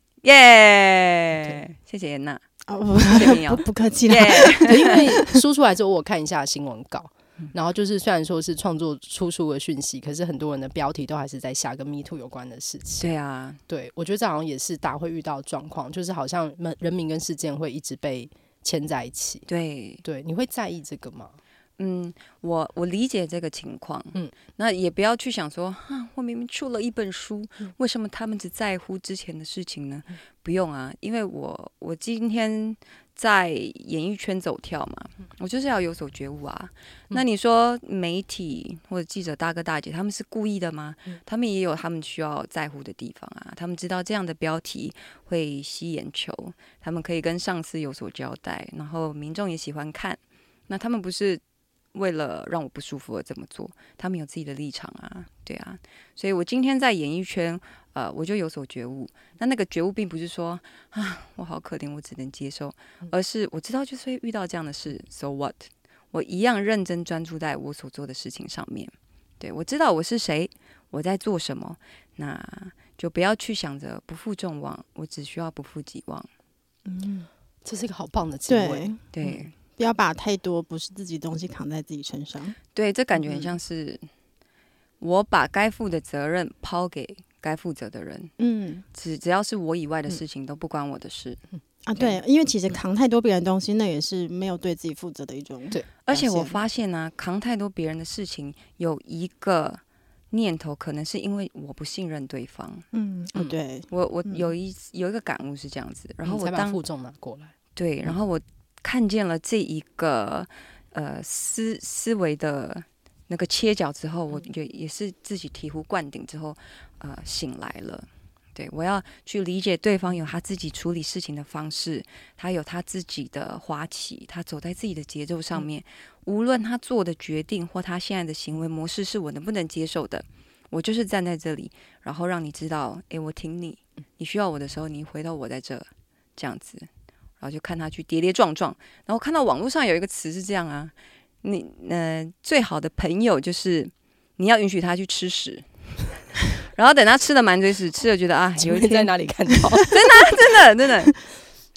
耶！谢谢妍娜， 哦，不不客气啦。 对，因为书出来之后，我看一下新闻稿，然后就是虽然说是创作出书的讯息，可是很多人的标题都还是在下跟 Me Too 有关的事情。 对啊， 对，我觉得这好像也是大家会遇到的状况，就是好像人民跟事件会一直被牵在一起。 对对，你会在意这个吗？ 嗯，我我理解这个情况，嗯，那也不要去想说，啊，我明明出了一本书，嗯、为什么他们只在乎之前的事情呢？嗯、不用啊，因为我我今天在演艺圈走跳嘛，嗯、我就是要有所觉悟啊。嗯、那你说媒体或者记者大哥大姐他们是故意的吗？嗯、他们也有他们需要在乎的地方啊，他们知道这样的标题会吸眼球，他们可以跟上司有所交代，然后民众也喜欢看，那他们不是为了让我不舒服而这么做，他们有自己的立场啊，对啊，所以我今天在演艺圈，呃，我就有所觉悟。那那个觉悟并不是说啊，我好可怜，我只能接受，而是我知道就是会遇到这样的事 ，so what？ 我一样认真专注在我所做的事情上面。对，我知道我是谁，我在做什么，那就不要去想着不负众望，我只需要不负己望。 嗯，这是一个好棒的结尾。 对。 对嗯，不要把太多不是自己的东西扛在自己身上。 对，这感觉很像是我把该负的责任抛给该负责的人。嗯，只只要是我以外的事情，嗯、都不关我的事。 嗯、啊，对，因为其实扛太多别人的东西，那也是没有对自己负责的一种。 对， 而且我发现呢、啊，扛太多别人的事情，有一个念头，可能是因为我不信任对方。 嗯，哦、对， 我我有一有一个感悟是这样子，然后我才把负重拿过来。 对，然后我看见了这一个呃思思维的那个切角之后，我也也是自己醍醐灌顶之后，呃，醒来了。对，我要去理解对方有他自己处理事情的方式，他有他自己的花期，他走在自己的节奏上面。嗯、无论他做的决定或他现在的行为模式是我能不能接受的，我就是站在这里，然后让你知道，哎，我挺你，你需要我的时候，你回头我在这，这样子。然后就看他去跌跌撞撞，然后看到网络上有一个词是这样啊，你呃最好的朋友就是你要允许他去吃屎，然后等他吃了满嘴屎，吃了觉得啊有一天在哪里看到， 真的、啊、真的真的，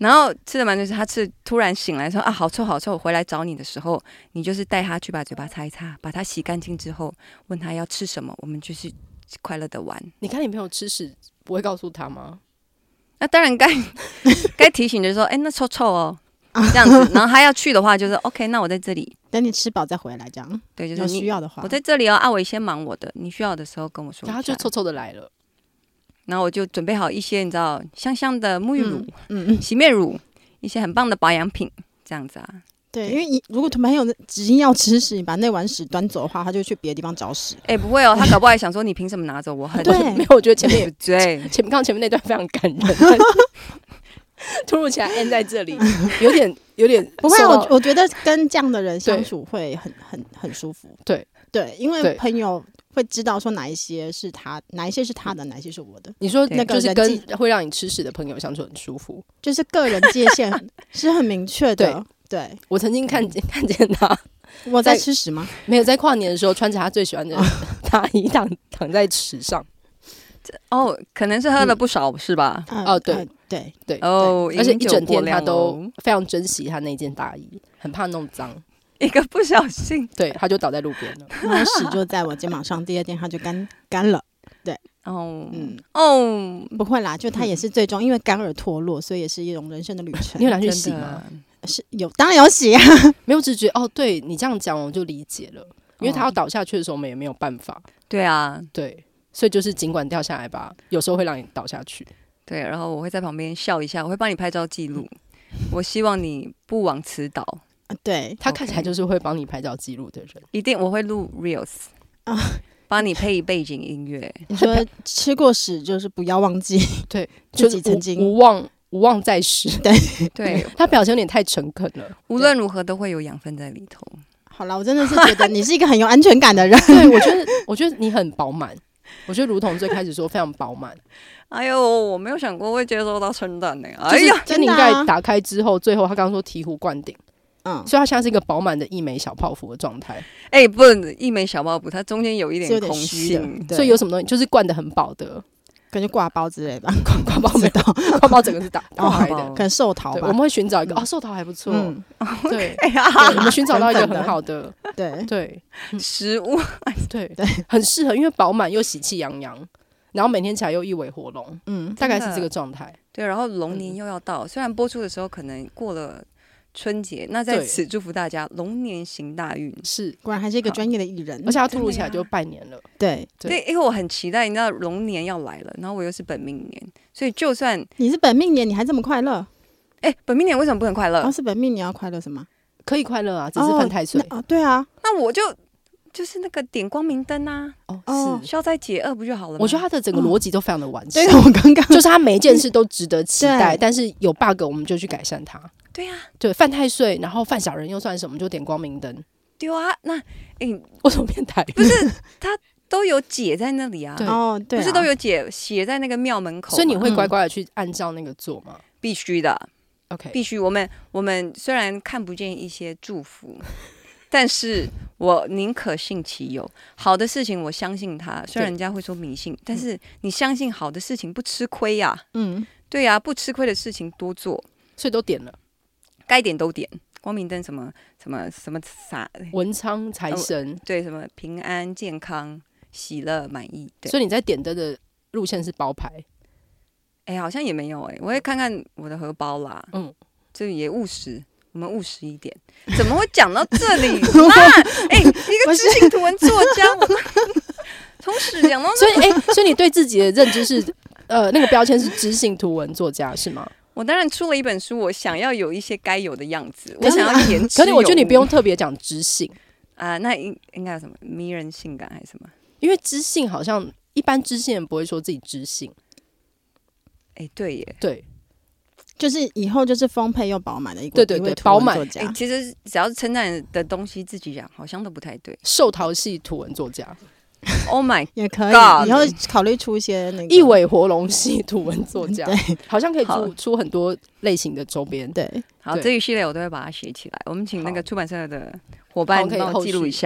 然后吃的蛮就是他吃突然醒来说啊好臭好臭，回来找你的时候，你就是带他去把嘴巴擦一擦，把他洗干净之后，问他要吃什么，我们就是快乐的玩。 你看你朋友吃屎不会告诉他吗？ 那当然该该提醒的说，哎、欸，那臭臭哦，这样子。然后他要去的话，就是 OK， 那我在这里， 等你吃饱再回来，这样。 对，就是有你需要的话， 我在这里哦，阿伟先忙我的，你需要的时候跟我说一下。 然后他就臭臭的来了。 然后我就准备好一些你知道香香的沐浴乳、 嗯嗯， 洗面乳，一些很棒的保养品，这样子啊。 对，因为你如果朋友指定要吃屎，你把那碗屎端走的话，他就去别的地方找屎。 哎、欸，不会哦，他搞不好还想说你凭什么拿走？我很对， 没有，我觉得前面也对， 前刚刚前面那段非常感人，突如其来 end 在这里，有点有点不会，我我觉得跟这样的人相处会很很很舒服。 对对，因为对朋友会知道说哪一些是他，哪一些是他的，哪一些是我的。 你说那个就是人际跟会让你吃屎的朋友相处很舒服， 就是个人界限是很明确的。 对对， 我曾经看见看见他我在吃屎吗？ 没有，在跨年的时候穿着他最喜欢的大衣躺躺在池上。 哦，可能是喝了不少、嗯、是吧？ 呃、 哦，对、 呃、对对哦， 而且一整天他都哦非常珍惜他那件大衣，很怕弄脏。 一个不小心， 对，他就倒在路边了， 然后屎就在我肩膀上，第二天他就干干了。对， 哦， 嗯， 哦， 不会啦，就他也是最终因为干而脱落，所以也是一种人生的旅程。 你有拿去洗吗？ 是有，当然有洗啊。 没有，只觉得哦，对你这样讲我就理解了，因为他要倒下去的时候，我们也没有办法。 对啊， 对，所以就是尽管掉下来吧，有时候会让你倒下去。 对，然后我会在旁边笑一下，我会帮你拍照记录。我希望你不枉此倒。 对， 他看起来就是会帮你拍照记录的人， 一定我会录 reels 啊，帮你配背景音乐。 你说吃过屎就是不要忘记， 对， 自己曾经无忘无忘在屎。 对对， 他表情有点太诚恳了， 无论如何都会有养分在里头。 好啦，我真的是觉得你是一个很有安全感的人。 对，我觉得我觉得你很饱满，我觉得如同最开始说非常饱满。 哎呦，我没有想过会接受到称赞呢。哎呀， 真的盖打开之后，最后他刚刚说醍醐灌顶。嗯，所以它现在是一个饱满的一枚小泡芙的状态。 哎、欸，不，一枚小泡芙，它中间有一点空心， 所以有什么东西就是灌得很饱的， 可能挂包之类的吧。 挂包没到，挂包整个是打打开的， 可能寿桃吧。 我们会寻找一个、嗯、哦，寿桃还不错。嗯，对， 哎呀， 我们寻找到一个很好的， 对对食物， 对对，很适合，因为饱满又喜气洋洋，然后每天起来又一尾活龙，嗯，大概是这个状态。 对，然后龙年又要到，虽然播出的时候可能过了春节，那在此祝福大家龙年行大运。 是， 果然还是一个专业的艺人， 而且他突如其来就拜年了。 对对，因为我很期待，你知道龙年要来了，然后我又是本命年，所以就算你是本命年，你还这么快乐？ 哎、欸，本命年为什么不能快乐？ 哦，是本命年要快乐什么？ 可以快乐啊，只是犯太岁啊、哦。对啊， 那我就就是那个点光明灯啊， 哦， 是消灾解厄不就好了吗？ 我觉得他的整个逻辑都非常的完善。 对，我刚刚就是他每一件事都值得期待，但是有 bug 我们就去改善它。 对啊， 对，犯太岁，然后犯小人又算什么？就点光明灯。 对啊，那哎， 为什么变态？ 不是他都有解在那里啊？ 对哦，对、啊， 不是都有解写在那个庙门口？ 所以你会乖乖的去按照那个做吗？ 嗯、必须的。 OK， 必须。我们我们虽然看不见一些祝福，但是我宁可信其有。好的事情我相信它，虽然人家会说迷信，但是你相信好的事情不吃亏呀、啊。嗯，对呀、啊，不吃亏的事情多做， 所以都点了， 该点都点。光明灯什么什么什么啥， 文昌财神、 哦，对，什么平安健康喜乐满意。 所以你在点灯的路线是包牌。 哎、欸，好像也没有哎、欸，我会看看我的荷包啦。嗯，这也务实，我们务实一点。怎么会讲到这里啦？哎、欸，一个知性图文作家，我们从始讲到所以，哎、欸，所以你对自己的认知是，呃，那个标签是知性图文作家是吗？ 我当然出了一本书，我想要有一些该有的样子，我想要言之有物。 可是我觉得你不用特别讲知性啊、呃，那应应该有什么迷人性感还是什么？ 因为知性好像一般知性人不会说自己知性。 哎、欸，对耶， 对， 就是以后就是丰沛又饱满的一个， 对对对，饱满。 哎、欸，其实只要是称赞的东西，自己讲好像都不太对。 寿桃系图文作家 ，Oh my， 也可以，以后考虑出一些那个一尾活龙系图文作家， 对， 好像可以出出很多类型的周边。 对， 好，这一系列我都会把它写起来。我们请那个出版社的伙伴帮我记录一下。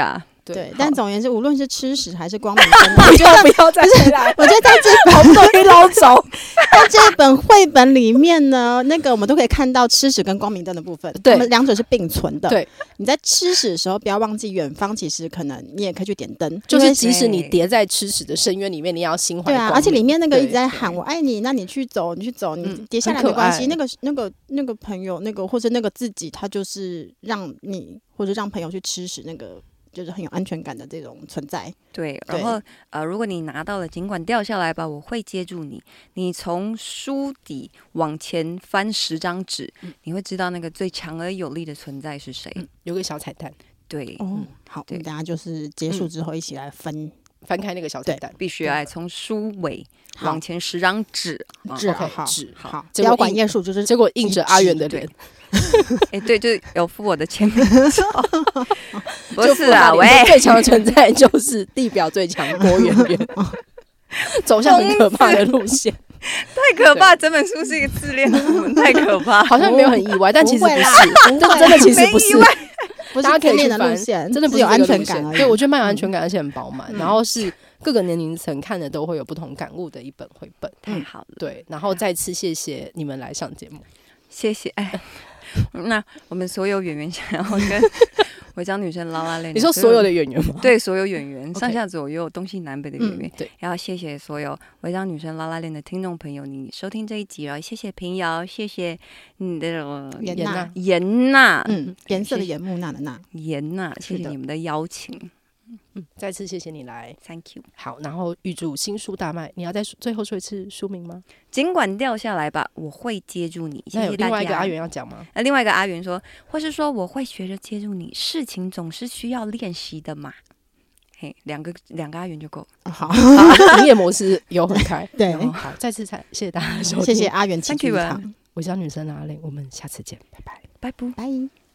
对，但总而言之，无论是吃屎还是光明灯，我觉得不要再回来。 我觉得在这好不容易捞走， 在这本绘本里面呢，那个我们都可以看到吃屎跟光明灯的部分， 对， 我们两者是并存的。 对， 你在吃屎的时候，不要忘记远方，其实可能你也可以去点灯， 就是即使你跌在吃屎的深渊里面，你也要心怀光明。 对啊，而且里面那个一直在喊我爱你，那你去走，你去走，你跌下来没关系。 嗯、 那个那个那个朋友，那个或者那个自己，他就是让你或者让朋友去吃屎，那个。就是很有安全感的这种存在。 对，然后呃，如果你拿到了，尽管掉下来吧，我会接住你。你从书底往前翻十张纸，嗯、你会知道那个最强而有力的存在是谁。 嗯、有个小彩蛋。 对， 哦，好，我们等一下就是结束之后一起来分、嗯、 翻开那个小彩蛋， 必须来从书尾往前十张纸， 纸、 啊、 好， 纸好，不要管页数，就是结果印着阿元的脸。 哎、欸，对，就是有附我的签名照。不是啊，喂， 最强的存在就是地表最强郭圆圆，走向很可怕的路线， 太可怕！整本书是一个自恋的文，太可怕。 好像没有很意外，但其实不是，真的其实不是。 不是自恋的路线， 真的不是有安全感而已。 对，我觉得蛮有安全感，而且很饱满。然后是各个年龄层看的都会有不同感悟的一本绘本， 太好了。 对，然后再次谢谢你们来上节目， 谢谢。哎，那我们所有演员想要跟违章女生拉拉链， 你说所有的演员吗？ 对，所有演员，上下左右、东西南北的演员。 对， 然后谢谢所有违章女生拉拉链的听众朋友，你收听这一集，然后谢谢平遥，谢谢你的颜娜， 颜娜， 嗯，颜色的颜，木讷的娜， 颜娜，谢谢你们的邀请。 嗯，再次谢谢你来 ，Thank you。 好，然后预祝新书大卖。你要再最后说一次书名吗？ 尽管掉下来吧，我会接住你。谢谢大家。 那有另外一个阿元要讲吗？ 那另外一个阿元说，或是说我会学着接住你。事情总是需要练习的嘛。嘿，两个两个阿元就够了。 好， 营业模式有很开。 对， 好，再次谢谢大家收听， 谢谢阿元请剧场。 我叫女生阿玲，我们下次见，拜拜， 拜拜， 拜。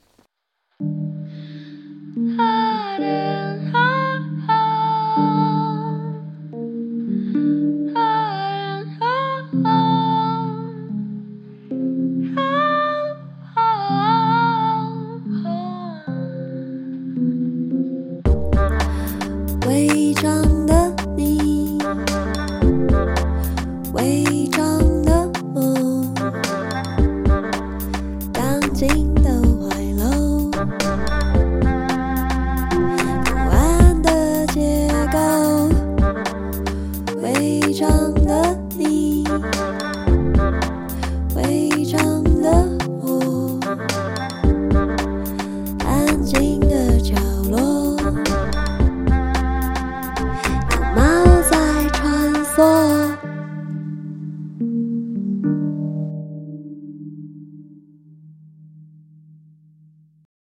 违章的你，违章的我，当今